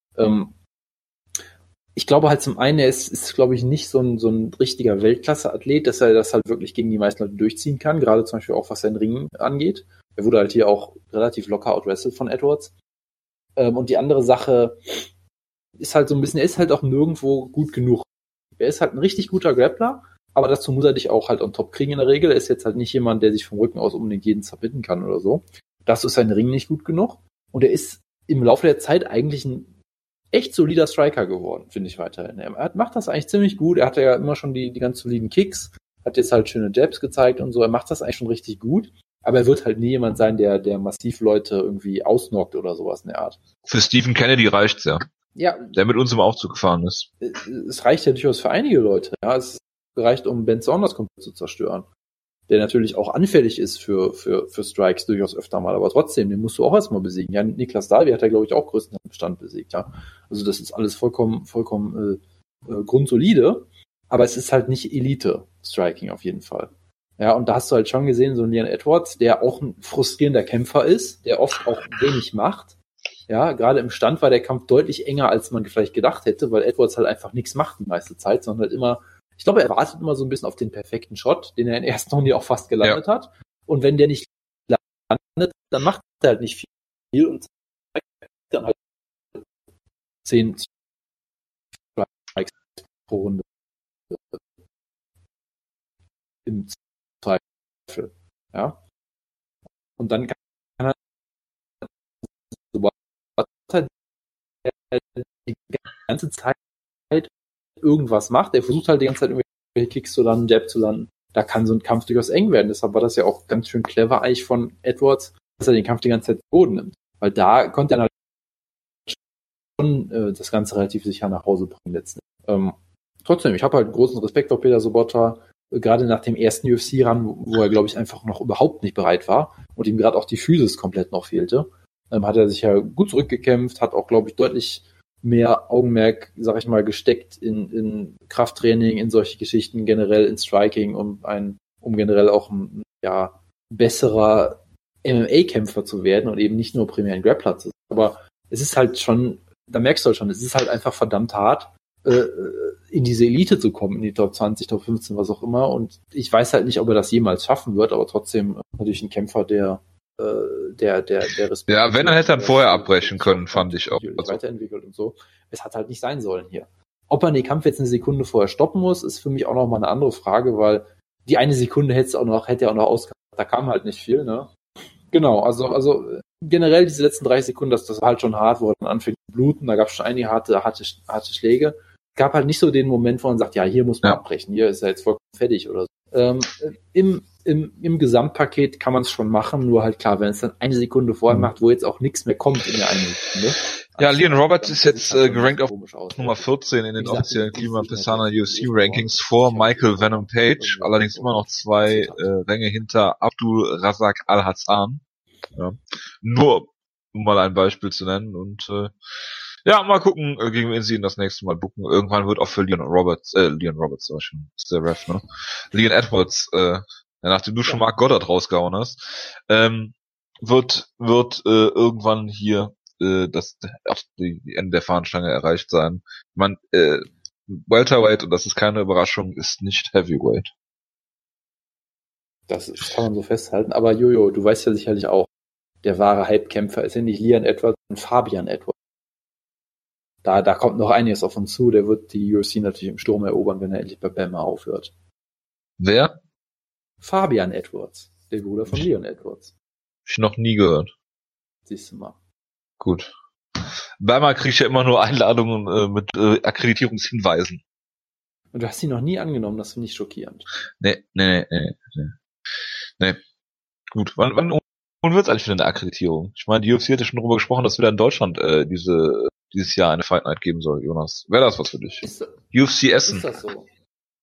Ich glaube halt zum einen, er ist glaube ich, nicht so ein richtiger Weltklasse-Athlet, dass er das halt wirklich gegen die meisten Leute durchziehen kann, gerade zum Beispiel auch, was sein Ringen angeht. Er wurde halt hier auch relativ locker outwrestled von Edwards. Und die andere Sache ist halt so ein bisschen, er ist halt auch nirgendwo gut genug. Er ist halt ein richtig guter Grappler, aber dazu muss er dich auch halt on top kriegen in der Regel. Er ist jetzt halt nicht jemand, der sich vom Rücken aus unbedingt jeden zerbitten kann oder so. Dazu ist sein Ring nicht gut genug. Und er ist im Laufe der Zeit eigentlich ein echt solider Striker geworden, finde ich weiterhin. Er macht das eigentlich ziemlich gut. Er hatte ja immer schon die ganz soliden Kicks, hat jetzt halt schöne Jabs gezeigt und so. Er macht das eigentlich schon richtig gut. Aber er wird halt nie jemand sein, der massiv Leute irgendwie ausnockt oder sowas in der Art. Für Stephen Kennedy reicht's ja. Ja. Der mit uns im Aufzug gefahren ist. Es reicht ja durchaus für einige Leute. Ja, es reicht, um Ben Saunders komplett zu zerstören. Der natürlich auch anfällig ist für Strikes durchaus öfter mal, aber trotzdem, den musst du auch erstmal besiegen. Ja, Niklas Dalby hat er, glaube ich, auch größtenteils im Stand besiegt, ja. Also das ist alles vollkommen grundsolide, aber es ist halt nicht Elite-Striking auf jeden Fall. Ja, und da hast du halt schon gesehen, so ein Leon Edwards, der auch ein frustrierender Kämpfer ist, der oft auch wenig macht. Ja, gerade im Stand war der Kampf deutlich enger, als man vielleicht gedacht hätte, weil Edwards halt einfach nichts macht die meiste Zeit, sondern halt immer, ich glaube, er wartet immer so ein bisschen auf den perfekten Shot, den er in der ersten Runde auch fast gelandet hat. Und wenn der nicht landet, dann macht er halt nicht viel und zeigt dann halt 10 Strikes pro Runde. Im Zweifel. Ja. Und dann kann er die ganze Zeit irgendwas macht. Er versucht halt die ganze Zeit irgendwelche Kicks zu landen, Jab zu landen. Da kann so ein Kampf durchaus eng werden. Deshalb war das ja auch ganz schön clever eigentlich von Edwards, dass er den Kampf die ganze Zeit zu Boden nimmt. Weil da konnte er halt schon das Ganze relativ sicher nach Hause bringen letzten. Trotzdem, ich habe halt großen Respekt vor Peter Sobotta, gerade nach dem ersten UFC-Run, wo er, glaube ich, einfach noch überhaupt nicht bereit war und ihm gerade auch die Physis komplett noch fehlte. Hat er sich ja gut zurückgekämpft, hat auch, glaube ich, deutlich mehr Augenmerk, sag ich mal, gesteckt in Krafttraining, in solche Geschichten, generell in Striking, um ein um generell auch ein besserer MMA-Kämpfer zu werden und eben nicht nur primär ein Grappler zu sein. Aber es ist halt schon, da merkst du halt schon, es ist halt einfach verdammt hart, in diese Elite zu kommen, in die Top 20, Top 15, was auch immer. Und ich weiß halt nicht, ob er das jemals schaffen wird, aber trotzdem natürlich ein Kämpfer, der Respekt. Ja, wenn, dann hätte er vorher abbrechen können, fand ich auch. Also weiterentwickelt und so. Es hat halt nicht sein sollen hier. Ob er den Kampf jetzt eine Sekunde vorher stoppen muss, ist für mich auch noch mal eine andere Frage, weil die eine Sekunde hätte er auch noch ausgehalten. Da kam halt nicht viel, ne? Genau, also generell diese letzten 30 Sekunden, das war halt schon hart, wo er dann anfängt zu bluten. Da gab es schon einige harte Schläge. Es gab halt nicht so den Moment, wo man sagt, ja, hier muss man abbrechen, hier ist er jetzt vollkommen fertig oder so. Im Gesamtpaket kann man es schon machen, nur halt klar, wenn es dann eine Sekunde vorher macht, wo jetzt auch nichts mehr kommt in der einen Sekunde. Ja, Leon Roberts ist jetzt gerankt auf Nummer 14 in den offiziellen Klima Pesana UFC Rankings vor Michael Venom Page, allerdings immer noch 2 Ränge hinter Abdul Razak Al-Hassan. Ja. Nur um mal ein Beispiel zu nennen und mal gucken, gegen wen sie ihn das nächste Mal booken. Irgendwann wird auch für Leon Roberts war schon, ist der Ref, ne? Leon Edwards, nachdem du schon Mark Goddard rausgehauen hast, wird irgendwann hier die Ende der Fahnenstange erreicht sein. Welterweight, und das ist keine Überraschung, ist nicht Heavyweight. Das kann man so festhalten. Aber Jojo, du weißt ja sicherlich auch, der wahre Hype-Kämpfer ist ja nicht Leon Edwards, sondern Fabian Edwards. Da kommt noch einiges auf uns zu. Der wird die UFC natürlich im Sturm erobern, wenn er endlich bei Bama aufhört. Wer? Fabian Edwards, der Bruder von Leon Edwards. Hab ich noch nie gehört. Siehst du mal. Gut. Bama kriege ich ja immer nur Einladungen mit Akkreditierungshinweisen. Und du hast sie noch nie angenommen, das finde ich schockierend. Nee. Gut, wann wird's eigentlich wieder eine Akkreditierung? Ich meine, die UFC hat ja schon darüber gesprochen, dass wieder in Deutschland dieses Jahr eine Fight Night geben soll, Jonas. Wäre das was für dich? UFC Essen. Ist das so?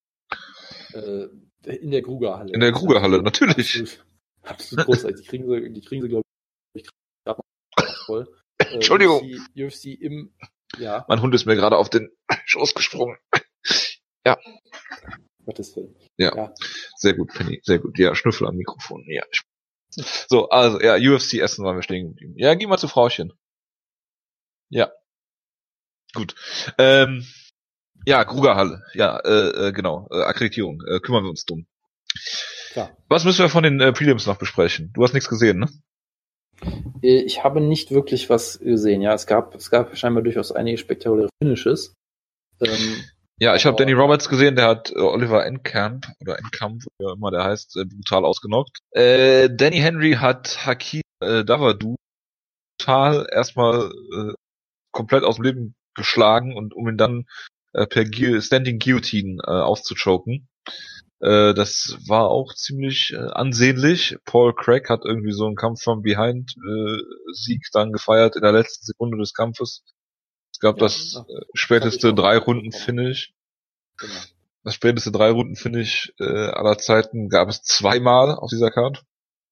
In der Krugerhalle. In der Krugerhalle, natürlich. Absolut großartig. Die kriegen sie, glaube ich, gerade noch voll. Entschuldigung. UFC im, ja. Mein Hund ist mir gerade auf den Schoß gesprungen. Ja. Gottes Willen. Ja. Sehr gut, Penny. Sehr gut. Ja, Schnüffel am Mikrofon. Ja. So, also, ja, UFC Essen waren wir stehen geblieben. Ja, geh mal zu Frauchen. Ja. Gut. Ja, Krugerhalle. Ja, genau. Akkreditierung. Kümmern wir uns drum. Klar. Was müssen wir von den Prelims noch besprechen? Du hast nichts gesehen, ne? Ich habe nicht wirklich was gesehen. Ja, es gab scheinbar durchaus einige spektakuläre Finishes. Ja, ich habe Danny Roberts gesehen, der hat Oliver Enkamp, wie auch immer der heißt, brutal ausgenockt. Danny Henry hat Hakeem Dawodu total erstmal komplett aus dem Leben geschlagen, und um ihn dann per Standing Guillotine auszuchoken. Das war auch ziemlich ansehnlich. Paul Craig hat irgendwie so einen Kampf from Behind Sieg dann gefeiert in der letzten Sekunde des Kampfes. Es gab das späteste 3-Runden-Finish. Genau. Das späteste 3-Runden-Finish aller Zeiten gab es 2-mal auf dieser Card.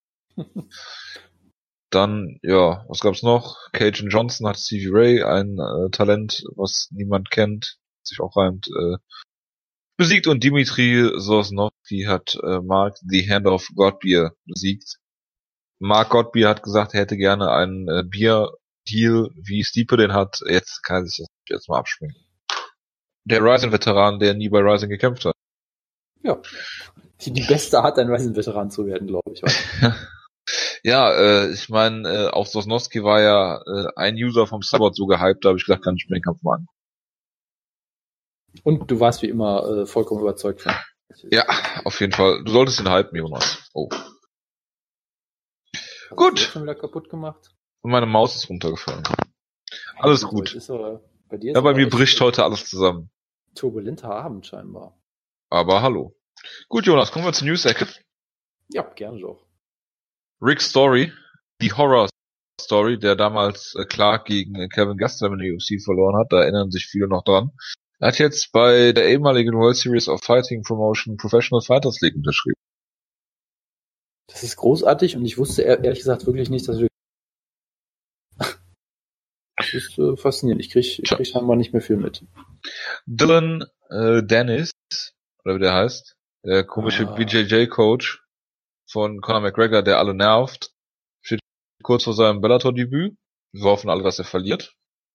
Dann, ja, was gab's noch? Cajun Johnson hat Stevie Ray, ein Talent, was niemand kennt, sich auch reimt, besiegt, und Dimitri Sosnowski hat Mark the Hand of Godbeer besiegt. Mark Godbeer hat gesagt, er hätte gerne einen Bier-Deal, wie Stipe den hat. Jetzt kann er sich das jetzt mal abschminken. Der Rising-Veteran, der nie bei Rising gekämpft hat. Ja. Die beste Art, ein Rising-Veteran zu werden, glaube ich. Ja, ich meine, auch Sosnowski war ja ein User vom Sabbat so gehypt, da habe ich gedacht, kann ich mir den Kampf machen. Und du warst wie immer vollkommen überzeugt von. Ja, auf jeden Fall. Du solltest ihn hypen, Jonas. Oh. Hast gut. Du schon wieder kaputt gemacht? Und meine Maus ist runtergefallen. Alles gut. Ist bei dir ja, bei mir bricht heute alles zusammen. Turbulenter Abend scheinbar. Aber hallo. Gut, Jonas, kommen wir zur News-Ecke. Ja, gerne doch. Rick Story, die Horror-Story, der damals Clark gegen Kevin Gastelum in der UFC verloren hat, da erinnern sich viele noch dran. Er hat jetzt bei der ehemaligen World Series of Fighting Promotion Professional Fighters League unterschrieben. Das ist großartig, und ich wusste ehrlich gesagt wirklich nicht, dass wir... Das ist faszinierend. Ich krieg scheinbar nicht mehr viel mit. Dylan Dennis, oder wie der heißt, Der komische BJJ-Coach von Conor McGregor, der alle nervt, steht kurz vor seinem Bellator-Debüt. Wir hoffen alle, dass er verliert.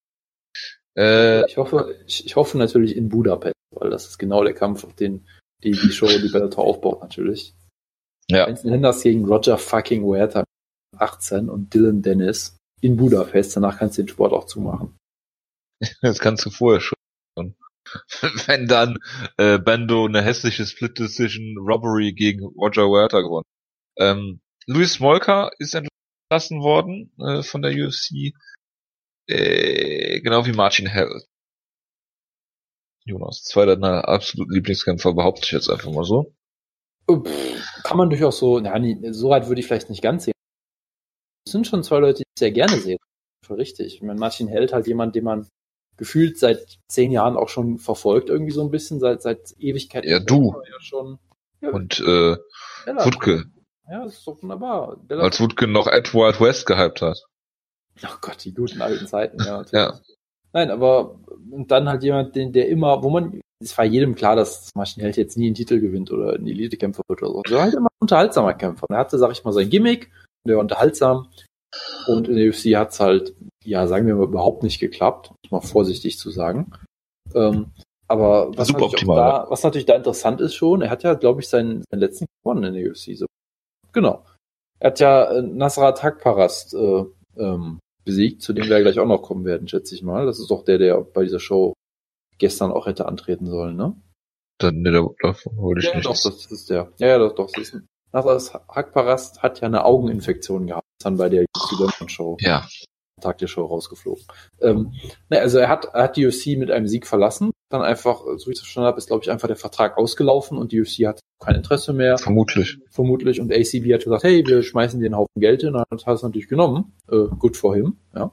Ich hoffe natürlich in Budapest, weil das ist genau der Kampf, auf den die Show, die Bellator aufbaut natürlich. Ja. Benson Henderson gegen Roger fucking Huerta 18 und Dylan Dennis in Budapest. Danach kannst du den Sport auch zumachen. Das kannst du vorher schon. Wenn dann Bando eine hässliche Split-Decision Robbery gegen Roger Huerta gewonnen. Luis Smolka ist entlassen worden von der UFC. Genau wie Martin Held. Jonas, zwei deiner absoluten Lieblingskämpfer, behaupte ich jetzt einfach mal so. Kann man durchaus so, so weit würde ich vielleicht nicht ganz sehen. Es sind schon zwei Leute, die ich sehr gerne sehe. Richtig. Ich meine, Martin Held halt jemand, den man gefühlt seit 10 Jahren auch schon verfolgt, irgendwie so ein bisschen, seit Ewigkeit. Ja, du. Ja, schon, und Wutke. Ja, das ist doch wunderbar. Als Wutke noch Edward West gehypt hat. Ach Gott, die guten alten Zeiten, ja. Natürlich. Ja. Nein, aber und dann halt jemand, der immer, es war jedem klar, dass Martin Held jetzt nie einen Titel gewinnt oder einen Elite-Kämpfer wird oder so. Er war halt immer ein unterhaltsamer Kämpfer. Er hatte, sag ich mal, sein Gimmick, der war unterhaltsam. Und in der UFC hat's halt, ja, sagen wir mal, überhaupt nicht geklappt, um es mal vorsichtig zu sagen. Aber was natürlich da interessant ist schon, er hat ja, glaube ich, seinen letzten gewonnen in der UFC. So. Genau. Er hat ja Nasrat Haqparast besiegt, zu dem wir ja gleich auch noch kommen werden, schätze ich mal. Das ist doch der bei dieser Show gestern auch hätte antreten sollen, ne? Davon wollte ich nicht. Doch, das ist der. Ja, doch, das ist Nasrat Haqparast hat ja eine Augeninfektion gehabt, dann bei der UFC-Show. Ja. Tag der Show rausgeflogen. Also er hat die UFC mit einem Sieg verlassen, dann einfach, so wie ich es verstanden habe, ist, glaube ich, einfach der Vertrag ausgelaufen und die UFC hat kein Interesse mehr. Vermutlich. Und ACB hat gesagt, hey, wir schmeißen dir einen Haufen Geld hin, und hat es natürlich genommen. Good for him, ja.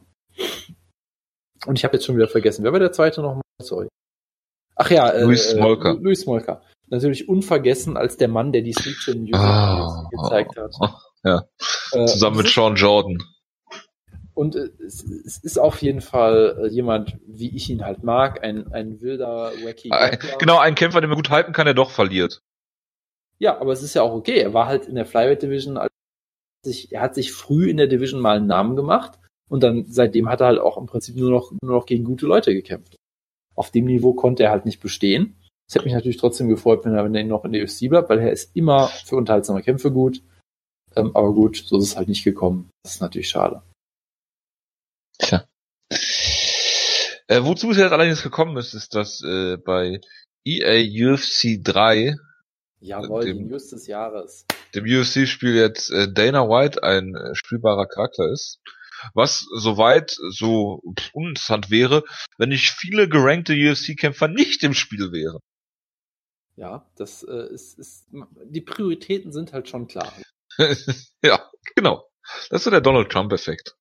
Und ich habe jetzt schon wieder vergessen, wer war der zweite nochmal? Sorry. Ach ja, Luis Smolka. Luis Smolka. Natürlich unvergessen als der Mann, der die Switch in UFC gezeigt hat. Ja. Zusammen mit Sean Jordan. Und es ist auf jeden Fall jemand, wie ich ihn halt mag, ein wilder, wacky Kämpfer. Genau, ein Kämpfer, den man gut halten kann, der doch verliert. Ja, aber es ist ja auch okay. Er war halt in der Flyweight Division, er hat sich früh in der Division mal einen Namen gemacht und dann seitdem hat er halt auch im Prinzip nur noch gegen gute Leute gekämpft. Auf dem Niveau konnte er halt nicht bestehen. Es hätte mich natürlich trotzdem gefreut, wenn er noch in der UFC bleibt, weil er ist immer für unterhaltsame Kämpfe gut. Aber gut, so ist es halt nicht gekommen. Das ist natürlich schade. Tja. Wozu es jetzt allerdings gekommen ist, dass bei EA UFC 3 Jawohl, die News des Jahres. Dem UFC-Spiel jetzt Dana White ein spielbarer Charakter ist. Was soweit so uninteressant wäre, wenn nicht viele gerankte UFC-Kämpfer nicht im Spiel wären. Ja, das ist die Prioritäten sind halt schon klar. Ja, genau. Das ist so der Donald Trump-Effekt.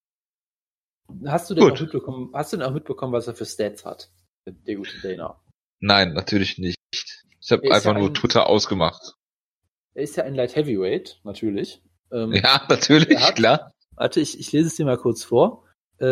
Hast du denn auch mitbekommen, was er für Stats hat? Der gute Dana. Nein, natürlich nicht. Ich habe einfach nur Twitter ausgemacht. Er ist ja ein Light Heavyweight, natürlich. Ja, natürlich, klar. Warte, ich lese es dir mal kurz vor.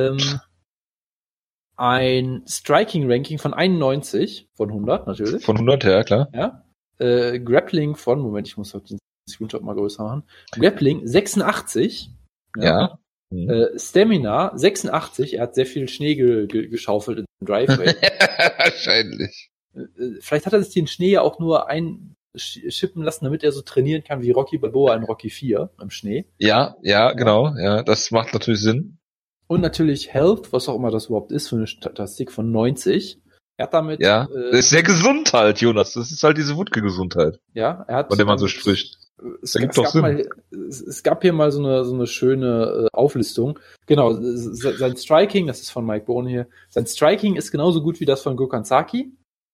Ein Striking-Ranking von 91 von 100, natürlich. Von 100, ja, klar. Ja. Grappling von, Moment, ich muss den Screenshot mal größer machen. Grappling 86. Ja. Stamina 86. Er hat sehr viel Schnee geschaufelt in dem Driveway. Wahrscheinlich. Vielleicht hat er sich den Schnee ja auch nur einschippen lassen, damit er so trainieren kann wie Rocky Balboa in Rocky 4 im Schnee. Ja, genau. Ja, das macht natürlich Sinn. Und natürlich Health, was auch immer das überhaupt ist, für eine Statistik von 90. Er hat damit... Ja, das ist sehr gesund halt, Jonas. Das ist halt diese Wutke-Gesundheit. Ja, er hat... Von der man so spricht. Es gab hier mal so eine schöne Auflistung. Genau, sein Striking, das ist von Mike Bohn hier, sein Striking ist genauso gut wie das von Gokhan Saki.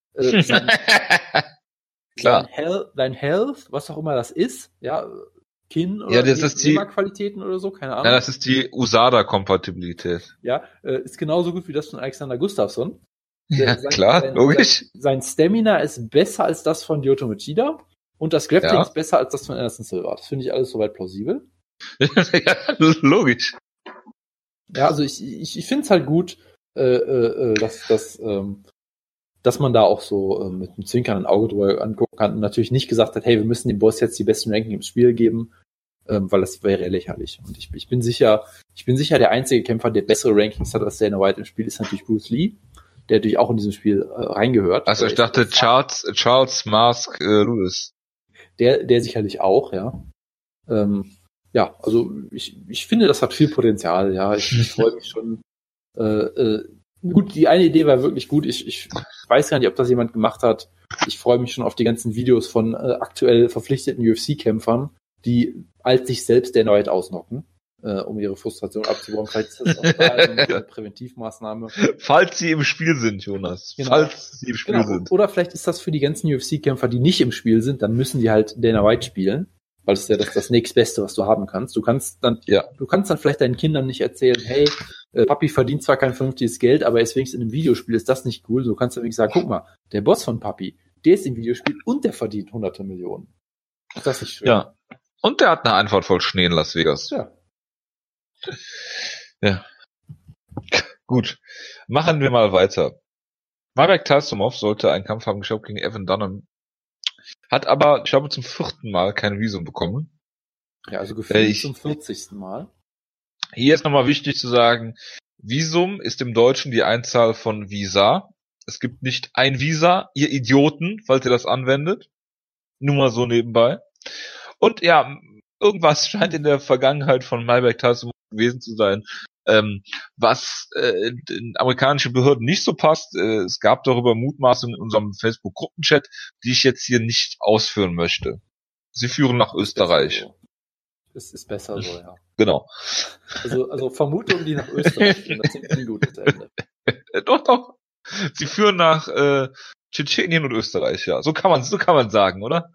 Klar. Dein Health, was auch immer das ist, ja, Kinn oder ja, das ist die Qualitäten oder so, keine Ahnung. Ja, das ist die USADA-Kompatibilität. Ja, ist genauso gut wie das von Alexander Gustafsson. Ja, klar, logisch. Sein Stamina ist besser als das von Lyoto Machida und das Grappling ist besser als das von Anderson Silva. Das finde ich alles soweit plausibel. Ja, logisch. Ja, also ich finde es halt gut, dass dass man da auch so mit einem zwinkernden Auge drüber angucken kann und natürlich nicht gesagt hat, hey, wir müssen dem Boss jetzt die besten Ranking im Spiel geben, weil das wäre lächerlich. Und ich bin sicher, der einzige Kämpfer, der bessere Rankings hat als Dana White im Spiel, ist natürlich Bruce Lee, der natürlich auch in diesem Spiel reingehört. Also ich dachte Charles Mask Lewis. Der sicherlich auch, ja. Ja, also ich finde, das hat viel Potenzial, ja. Ich freue mich schon. Gut, die eine Idee war wirklich gut. Ich weiß gar nicht, ob das jemand gemacht hat. Ich freue mich schon auf die ganzen Videos von aktuell verpflichteten UFC-Kämpfern, die als sich selbst Dana White ausnocken, um ihre Frustration abzubauen. Vielleicht ist das auch da eine Präventivmaßnahme. Falls sie im Spiel sind, Jonas. Genau. Falls sie im Spiel sind. Oder vielleicht ist das für die ganzen UFC-Kämpfer, die nicht im Spiel sind, dann müssen die halt Dana White spielen. Weil das ist ja das nächstbeste, was du haben kannst. Du kannst dann vielleicht deinen Kindern nicht erzählen, hey, Papi verdient zwar kein vernünftiges Geld, aber er ist wenigstens in einem Videospiel, ist das nicht cool? Du kannst dann wenigstens sagen, guck mal, der Boss von Papi, der ist im Videospiel und der verdient hunderte Millionen. Ist das nicht schön? Ja. Und der hat eine Antwort voll Schnee in Las Vegas. Ja. Gut. Machen wir mal weiter. Mabek Taisumov sollte einen Kampf haben geschaut gegen Evan Dunham. Hat aber, ich glaube, zum 4. Mal kein Visum bekommen. Ja, also gefühlt zum 40. Mal. Hier ist nochmal wichtig zu sagen, Visum ist im Deutschen die Einzahl von Visa. Es gibt nicht ein Visa, ihr Idioten, falls ihr das anwendet. Nur mal so nebenbei. Und ja, irgendwas scheint in der Vergangenheit von Maiberg Taisumov gewesen zu sein, was den amerikanischen Behörden nicht so passt. Es gab darüber Mutmaßungen in unserem Facebook-Gruppenchat, die ich jetzt hier nicht ausführen möchte. Sie führen nach Österreich. Es ist besser so, ja. Genau. Also Vermutungen, die nach Österreich gehen, das sind ein gutes Ende. Doch. Sie führen nach Tschetschenien und Österreich, ja. So kann man sagen, oder?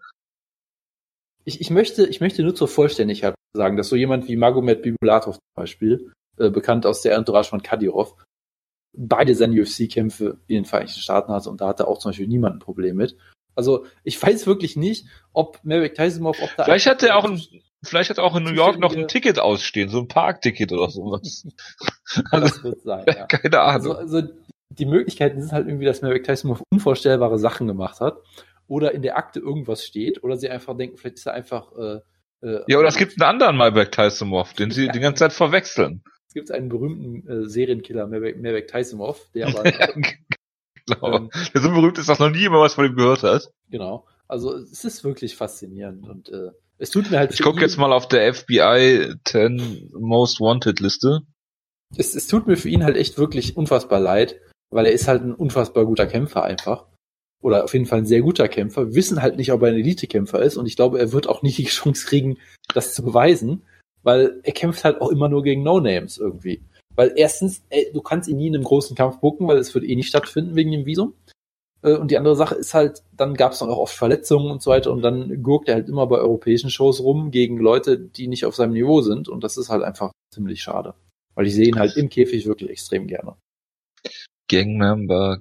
Ich möchte nur zur Vollständigkeit sagen, dass so jemand wie Magomed Bibulatov zum Beispiel, bekannt aus der Entourage von Kadyrov, beide seine UFC-Kämpfe in den Vereinigten Staaten hatte und da hatte auch zum Beispiel niemand ein Problem mit. Also ich weiß wirklich nicht, ob Maverick Taisumov, ob da... Vielleicht hat er auch in New York noch ein Ticket ausstehen, so ein Parkticket oder sowas. Das wird sein, ja. Keine Ahnung. Also die Möglichkeiten sind halt irgendwie, dass Maverick Taisumov unvorstellbare Sachen gemacht hat oder in der Akte irgendwas steht oder sie einfach denken, vielleicht ist er einfach... ja, oder es gibt einen anderen Maverick Taisumov, den sie die ganze Zeit verwechseln. Es gibt einen berühmten Serienkiller, Maverick Taisumov, der aber... Genau. Der so berühmt ist, dass noch nie jemand was von ihm gehört hat. Genau. Also es ist wirklich faszinierend und es tut mir halt... Ich gucke jetzt mal auf der FBI 10 Most Wanted Liste. Es tut mir für ihn halt echt wirklich unfassbar leid, weil er ist halt ein unfassbar guter Kämpfer einfach. Oder auf jeden Fall ein sehr guter Kämpfer. Wir wissen halt nicht, ob er ein Elite-Kämpfer ist und ich glaube, er wird auch nicht die Chance kriegen, das zu beweisen, weil er kämpft halt auch immer nur gegen No-Names irgendwie. Weil erstens, du kannst ihn nie in einem großen Kampf booken, weil es wird eh nicht stattfinden wegen dem Visum. Und die andere Sache ist halt, dann gab es dann auch oft Verletzungen und so weiter und dann gurkt er halt immer bei europäischen Shows rum gegen Leute, die nicht auf seinem Niveau sind und das ist halt einfach ziemlich schade. Weil ich sehe ihn halt im Käfig wirklich extrem gerne. Gangmember,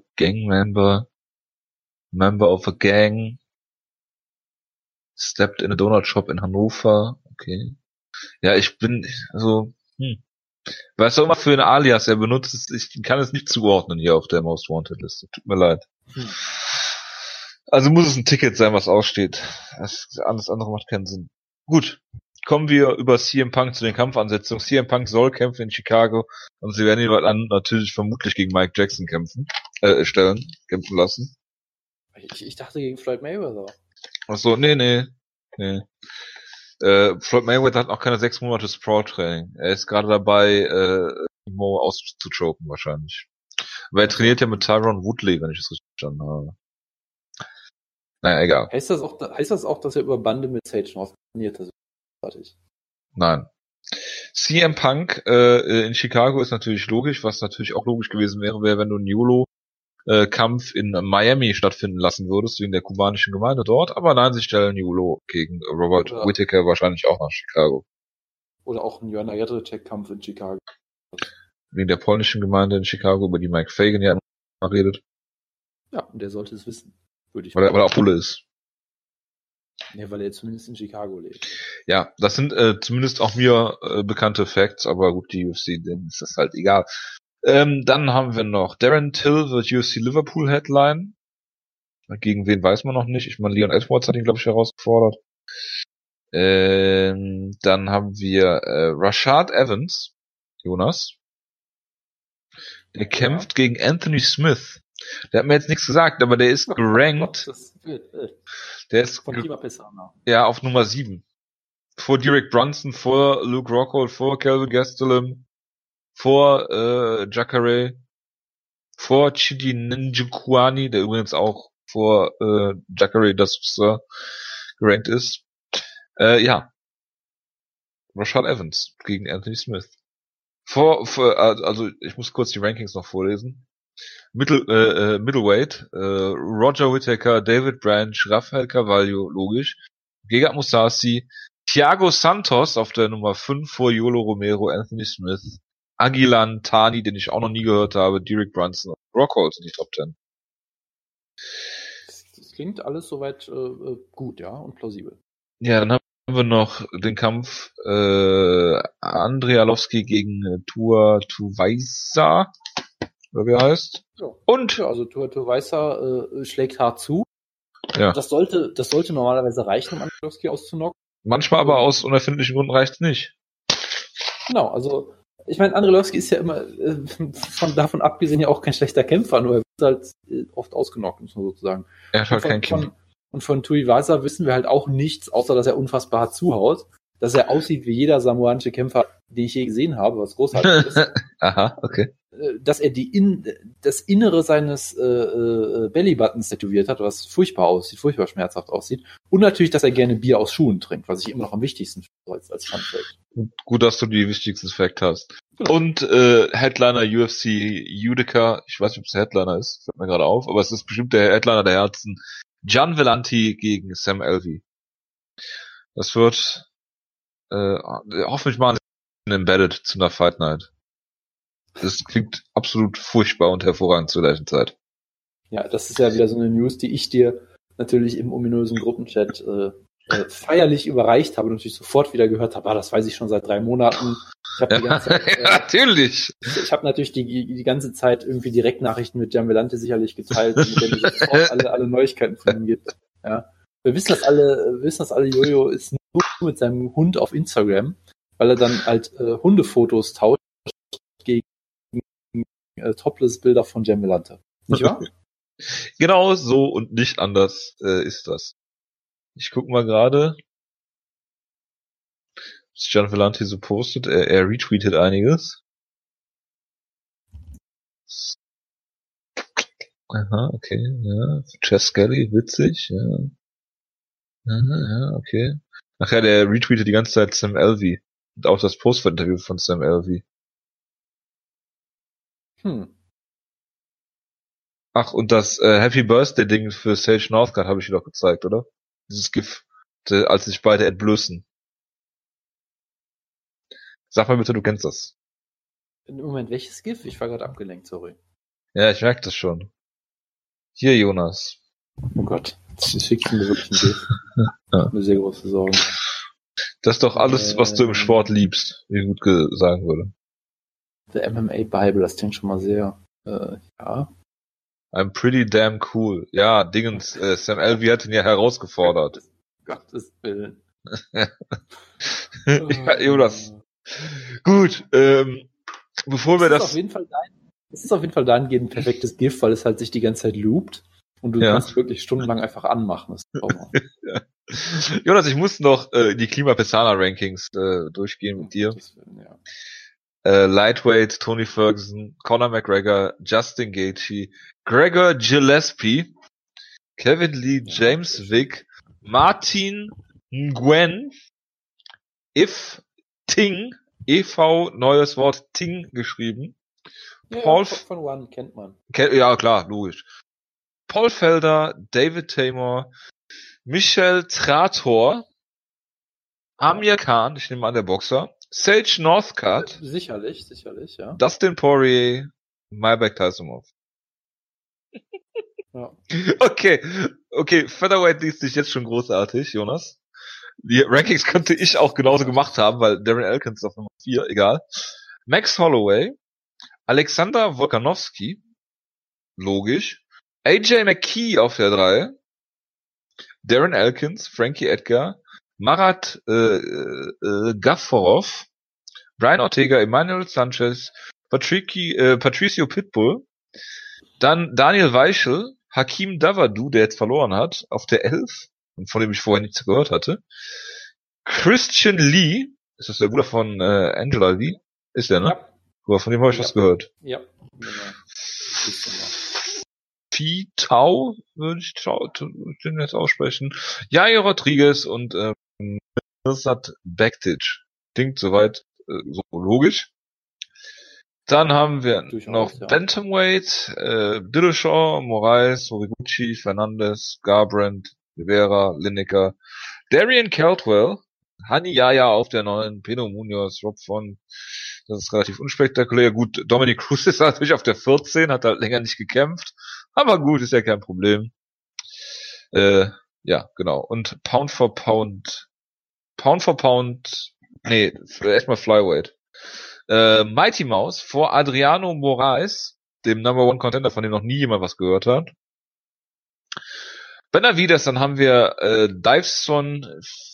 Member of a Gang, stepped in a Donut Shop in Hannover, okay. Ja, ich bin so, Weißt du immer für ein Alias er benutzt, ich kann es nicht zuordnen hier auf der Most Wanted Liste. Tut mir leid. Also muss es ein Ticket sein, was aussteht. Alles andere macht keinen Sinn. Gut. Kommen wir über CM Punk zu den Kampfansetzungen. CM Punk soll kämpfen in Chicago und sie werden ihn dann natürlich vermutlich gegen Mike Jackson kämpfen lassen. Ich dachte gegen Floyd Mayweather. Achso, nee. Floyd Mayweather hat noch keine 6 Monate Sprawl-Training. Er ist gerade dabei, Mo auszuchoken wahrscheinlich. Aber er trainiert ja mit Tyron Woodley, wenn ich es richtig verstanden habe. Naja, egal. Heißt das auch, dass er über Bande mit Sage North trainiert hat? Nein. CM Punk in Chicago ist natürlich logisch, was natürlich auch logisch gewesen wäre, wenn du einen YOLO-Kampf in Miami stattfinden lassen würdest, wegen der kubanischen Gemeinde dort. Aber nein, sie stellen YOLO gegen Robert Whittaker wahrscheinlich auch nach Chicago. Oder auch einen Joanna Jędrzejczyk-Kampf in Chicago. Wegen der polnischen Gemeinde in Chicago, über die Mike Fagan ja immer redet. Ja, und der sollte es wissen, würde ich weil er auch Bulle ist. Ja, weil er zumindest in Chicago lebt. Ja, das sind zumindest auch mir bekannte Facts, aber gut, die UFC, denen ist das halt egal. Dann haben wir noch Darren Till wird UFC Liverpool Headline. Gegen wen weiß man noch nicht. Ich meine, Leon Edwards hat ihn, glaube ich, herausgefordert. Dann haben wir Rashad Evans, Jonas. Der kämpft gegen Anthony Smith. Der hat mir jetzt nichts gesagt, aber der ist gerankt. Der ist von Klima Pessana. Ja, auf Nummer 7. Vor Derek Brunson, vor Luke Rockhold, vor Kelvin Gastelum, vor Jacare, vor Chidi Njokuani, der übrigens auch vor Jacare das gerankt ist. Ja. Rashad Evans gegen Anthony Smith. Also ich muss kurz die Rankings noch vorlesen. Middleweight, Roger Whittaker, David Branch, Rafael Carvalho, logisch, Gegard Mousasi, Thiago Santos auf der Nummer 5 vor Yolo Romero, Anthony Smith, Aguilan Tani, den ich auch noch nie gehört habe, Derek Brunson und Rockhold in die Top 10. Das klingt alles soweit gut, ja, und plausibel. Ja, dann haben wir noch den Kampf Andrei Arlovski gegen Tua Tuivasa, oder wie er heißt. Ja. Und ja, also Tuivasa schlägt hart zu. Ja. Das sollte normalerweise reichen, um Arlovski auszunocken. Manchmal aber aus unerfindlichen Gründen reicht's nicht. Genau, also ich meine, Andrelowski ist ja immer davon abgesehen ja auch kein schlechter Kämpfer, nur er wird halt oft ausgenockt, muss man sozusagen. Er hat halt kein Kind. Und von Tuivasa wissen wir halt auch nichts, außer dass er unfassbar hart zuhaut, dass er aussieht wie jeder samoanische Kämpfer, den ich je gesehen habe, was großartig ist. Aha, okay. Dass er das Innere seines Bellybuttons tätowiert hat, was furchtbar aussieht, furchtbar schmerzhaft aussieht. Und natürlich, dass er gerne Bier aus Schuhen trinkt, was ich immer noch am wichtigsten finde als Fun-Fact. Gut, dass du die wichtigsten Facts hast. Genau. Und Headliner UFC Utica, ich weiß nicht, ob es der Headliner ist, fällt mir gerade auf, aber es ist bestimmt der Headliner der Herzen. Gian Vellante gegen Sam Alvey. Das wird hoffentlich mal ein Embedded zu einer Fight Night. Das klingt absolut furchtbar und hervorragend zur gleichen Zeit. Ja, das ist ja wieder so eine News, die ich dir natürlich im ominösen Gruppenchat feierlich überreicht habe und natürlich sofort wieder gehört habe, das weiß ich schon seit 3 Monaten. Ich habe die ganze Zeit, natürlich. Ich habe natürlich die ganze Zeit irgendwie Direktnachrichten mit Gian Vellante sicherlich geteilt, mit denen es sofort alle Neuigkeiten von ihm gibt. Ja. Wir wissen das alle, Jojo ist nur mit seinem Hund auf Instagram, weil er dann halt Hundefotos tauscht gegen Topless-Bilder von Gian Vellante. Nicht wahr? Genau so und nicht anders ist das. Ich guck mal gerade, was Gian Vellante so postet. Er retweetet einiges. Aha, okay, ja. Chess Skelly, witzig, ja. Aha, ja, okay. Ach ja, der retweetet die ganze Zeit Sam Alvey. Und auch das Post-Interview von Sam Alvey. Ach, und das Happy Birthday-Ding für Sage Northcutt habe ich dir doch gezeigt, oder? Dieses GIF, als sich beide entblößen. Sag mal bitte, du kennst das. Im Moment, welches GIF? Ich war gerade abgelenkt, sorry. Ja, ich merke das schon. Hier, Jonas. Oh Gott, das schickt mir wirklich ein GIF. Ja. Eine sehr große Sorge. Das ist doch alles, was du im Sport liebst, wie gut sagen würde. The MMA Bible, das klingt schon mal sehr, ja. I'm pretty damn cool. Ja, Dingens, Sam Alvey hat ihn ja herausgefordert. Gottes Willen. Ja, Jonas. Gut, bevor wir das... Es ist auf jeden Fall dahingehend ein perfektes GIF, weil es halt sich die ganze Zeit loopt und du kannst wirklich stundenlang einfach anmachen. Das ist ja. Jonas, ich muss noch die Klima Pessana Rankings durchgehen mit dir. Ja. Lightweight, Tony Ferguson, Conor McGregor, Justin Gaethje, Gregor Gillespie, Kevin Lee, James Vick, Martin Nguyen, If Ting, EV, neues Wort, Ting geschrieben. Ja, Paul von One kennt man. Ja, klar, logisch. Paul Felder, David Taymor, Michel Trator, Amir Khan, ich nehme an der Boxer, Sage Northcutt, Sicherlich, ja. Dustin Poirier, Maybach Taisumov. Ja. Okay, Featherweight liest sich jetzt schon großartig, Jonas. Die Rankings könnte ich auch genauso gemacht haben, weil Darren Elkins auf Nummer 4, egal. Max Holloway, Alexander Volkanovski, logisch. AJ McKee auf der 3, Darren Elkins, Frankie Edgar, Marat Gaforov, Brian Ortega, Emmanuel Sanchez, Patricio Pitbull, dann Daniel Weichel, Hakeem Davadu, der jetzt verloren hat, auf der 11, von dem ich vorher nichts gehört hatte, Christian Lee, ist das der Bruder von Angela Lee? Ist der, ne? Ja. Bruder, von dem habe ich was gehört. Ja, genau. Phi Tau, würde ich den jetzt aussprechen. Jair Rodriguez und Mirsad Bektic. Klingt soweit so logisch. Dann haben wir noch Bantamweight, Dillashaw, Moraes, Horiguchi, Fernandez, Garbrandt, Rivera, Lineker, Darian Caldwell, Hani Yaya auf der 9, Pino Munoz, Rob Font. Das ist relativ unspektakulär. Gut, Dominic Cruz ist natürlich auf der 14, hat halt länger nicht gekämpft. Aber gut, ist ja kein Problem. Ja, genau. Und Pound for Pound, nee, erstmal Flyweight. Mighty Mouse vor Adriano Moraes, dem Number One Contender, von dem noch nie jemand was gehört hat. Benavides, dann haben wir Divson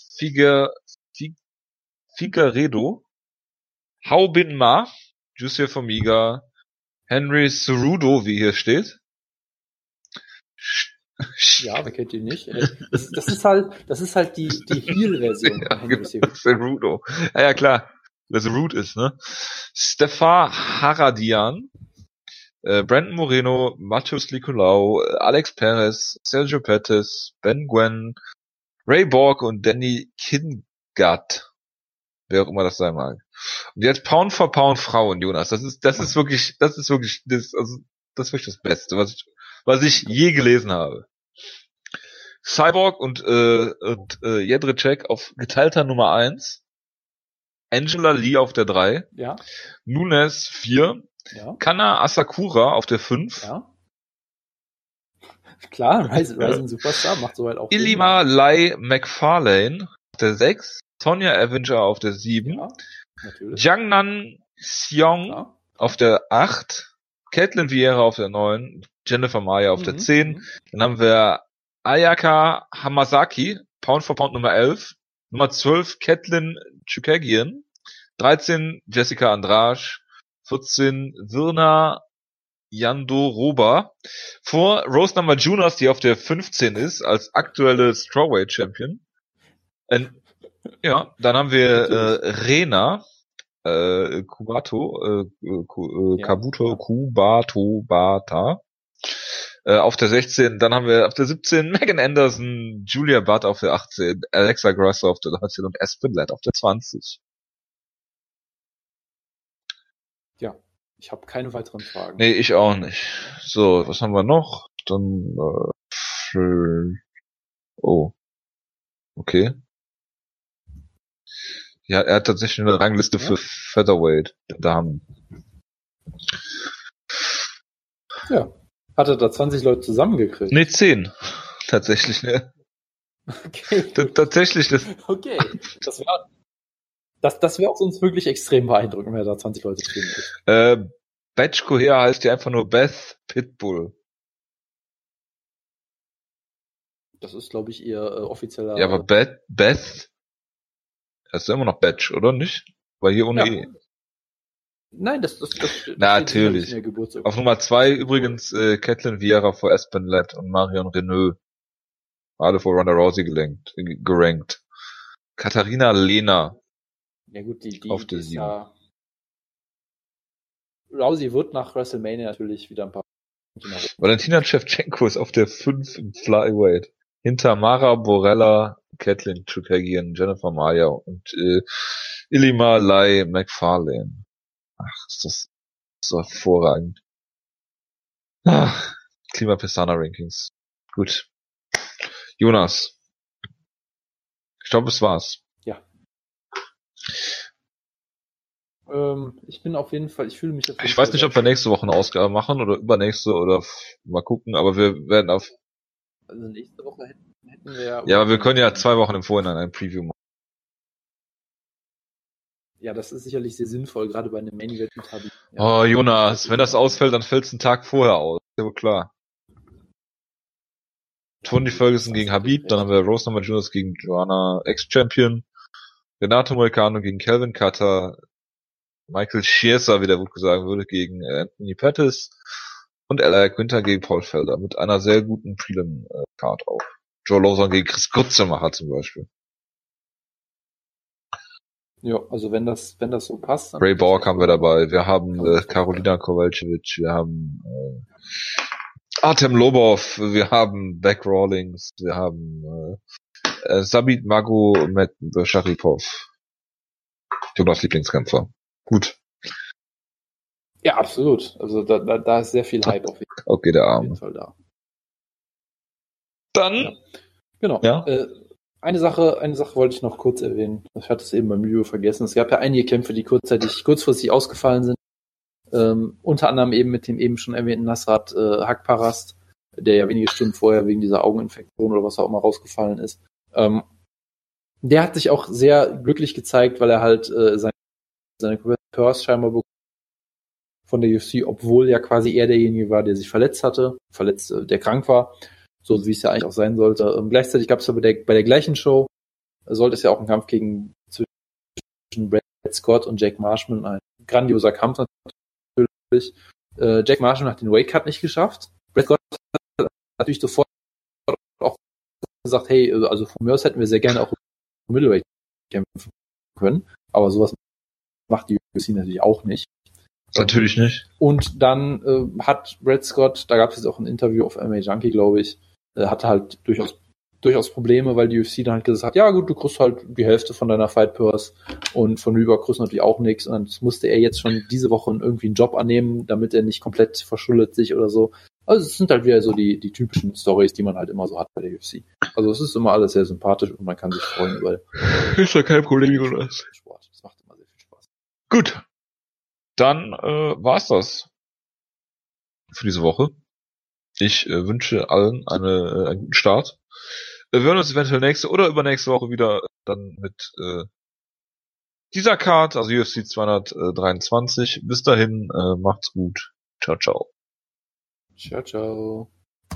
Figueiredo, Hao Bin Ma, Jussier Formiga, Henry Cerudo, wie hier steht. Ja, wer kennt ihn nicht? Das ist halt die Heel-Version von Henry Cerudo. Ja, klar. Wer Cerud ist, ne? Stefan Haradian, Brandon Moreno, Matheus Nicolau, Alex Perez, Sergio Pettis, Ben Gwen, Ray Borg und Danny Kingat. Wer auch immer das sein mag. Und jetzt Pound for Pound Frauen, Jonas. Das ist wirklich das Beste, was ich je gelesen habe. Cyborg und Jedrzejczyk auf geteilter Nummer 1. Angela Lee auf der 3. Ja. Nunes 4. Ja. Kana Asakura auf der 5. Ja. Klar, Rising Superstar macht soweit auch. Ilima Lai McFarlane auf der 6. Tonya Avenger auf der 7. Ja, natürlich. Jiangnan Xiong auf der 8. Caitlin Vieira auf der 9. Jennifer Maya auf der 10. Dann haben wir Ayaka Hamasaki, Pound for Pound Nummer 11. Nummer 12, Caitlin Chukagian. 13, Jessica Andrasch. 14, Virna Yandoroba. Vor Rose Namajunas, die auf der 15 ist, als aktuelle Strawweight Champion. Ja, dann haben wir Rena Kubato, Kubato Bata. Auf der 16, dann haben wir auf der 17 Megan Anderson, Julia Budd auf der 18, Alexa Grasso auf der 13 und Aspen Ladd auf der 20. Ja, ich habe keine weiteren Fragen. Nee, ich auch nicht. So, was haben wir noch? Dann, oh. Okay. Ja, er hat tatsächlich eine Rangliste für Featherweight der Damen. Ja. Hat er da 20 Leute zusammengekriegt? Nee, 10. Tatsächlich, ne? Okay. Tatsächlich, das. Okay. Das wäre auch sonst wirklich extrem beeindruckend, wenn er da 20 Leute kriegen. Batchko her heißt ja einfach nur Beth Pitbull. Das ist, glaube ich, ihr offizieller... Ja, aber Beth heißt ja immer noch Batch, oder nicht? Weil hier ohne E. Nein, das natürlich. Auf Nummer 2 übrigens Caitlin Vieira vor Aspen Ladd und Marion Renaud. Alle vor Ronda Rousey gerankt. Katharina Lehner. Ja gut, die auf der ist ja... Rousey wird nach WrestleMania natürlich wieder ein paar... Valentina Shevchenko ist auf der 5 im Flyweight. Hinter Mara Borella, Caitlin Chukagian, Jennifer Maya und Ilima Lai McFarlane. Ach, ist das so hervorragend. Ach, Klima-Pestana-Rankings. Gut. Jonas. Ich glaube, es war's. Ja. Ich bin auf jeden Fall, ich fühle mich... Ich weiß nicht, ob wir nächste Woche eine Ausgabe machen oder übernächste oder mal gucken, aber wir werden auf... Also nächste Woche hätten wir... Ja, aber wir können ja 2 Wochen im Vorhinein ein Preview machen. Ja, das ist sicherlich sehr sinnvoll, gerade bei einem Main Event mit Habib. Ja. Oh, Jonas, wenn das ausfällt, dann fällt's einen Tag vorher aus. Ist ja wohl klar. Tony Ferguson gegen Habib, dann haben wir Rose Namajunas gegen Joanna Ex-Champion, Renato Moicano gegen Calvin Kattar, Michael Chiesa, wie der Wutke sagen würde, gegen Anthony Pettis und Ella Quinter gegen Paul Felder mit einer sehr guten Prelim-Card auch. Joe Lawson gegen Chris Grutzemacher zum Beispiel. Ja, also wenn das so passt. Ray Borg haben wir dabei. Wir haben Karolina Kowalkiewicz, wir haben Artem Lobov, wir haben Beck Rawlings, wir haben Sabit Magomed Sharipov. Jonas Lieblingskämpfer. Gut. Ja, absolut. Also da ist sehr viel Hype auf Okay, der Arme. jeden Fall da. Dann. Ja. Genau. Ja. Eine Sache wollte ich noch kurz erwähnen. Ich hatte es eben beim Video vergessen. Es gab ja einige Kämpfe, die kurzfristig ausgefallen sind. Unter anderem eben mit dem eben schon erwähnten Nasrat Hakparast, der ja wenige Stunden vorher wegen dieser Augeninfektion oder was auch immer rausgefallen ist. Der hat sich auch sehr glücklich gezeigt, weil er halt seine Purse scheinbar bekommen von der UFC, obwohl ja quasi er derjenige war, der sich verletzt, der krank war, so wie es ja eigentlich auch sein sollte. Gleichzeitig gab es ja bei der gleichen Show, sollte es ja auch einen Kampf zwischen Brad Scott und Jack Marshman, ein grandioser Kampf natürlich. Jack Marshman hat den Weight-Cut nicht geschafft. Brad Scott hat natürlich sofort auch gesagt, hey, also von mir aus hätten wir sehr gerne auch im Middleweight kämpfen können, aber sowas macht die UFC natürlich auch nicht. Natürlich nicht. Und dann hat Brad Scott, da gab es jetzt auch ein Interview auf MMA Junkie, glaube ich, hatte halt durchaus Probleme, weil die UFC dann halt gesagt hat, ja gut, du kriegst halt die Hälfte von deiner Fight Purse und von Reebok kriegst du natürlich auch nichts. Und dann musste er jetzt schon diese Woche irgendwie einen Job annehmen, damit er nicht komplett verschuldet sich oder so. Also es sind halt wieder so die typischen Stories, die man halt immer so hat bei der UFC. Also es ist immer alles sehr sympathisch und man kann sich freuen über ist ja kein Problem, Jonas. Sport. Das macht immer sehr viel Spaß. Gut. Dann war's das für diese Woche. Ich wünsche allen einen guten Start. Wir hören uns eventuell nächste oder übernächste Woche wieder dann mit dieser Card, also UFC 223. Bis dahin, macht's gut. Ciao, ciao. Ciao, ciao.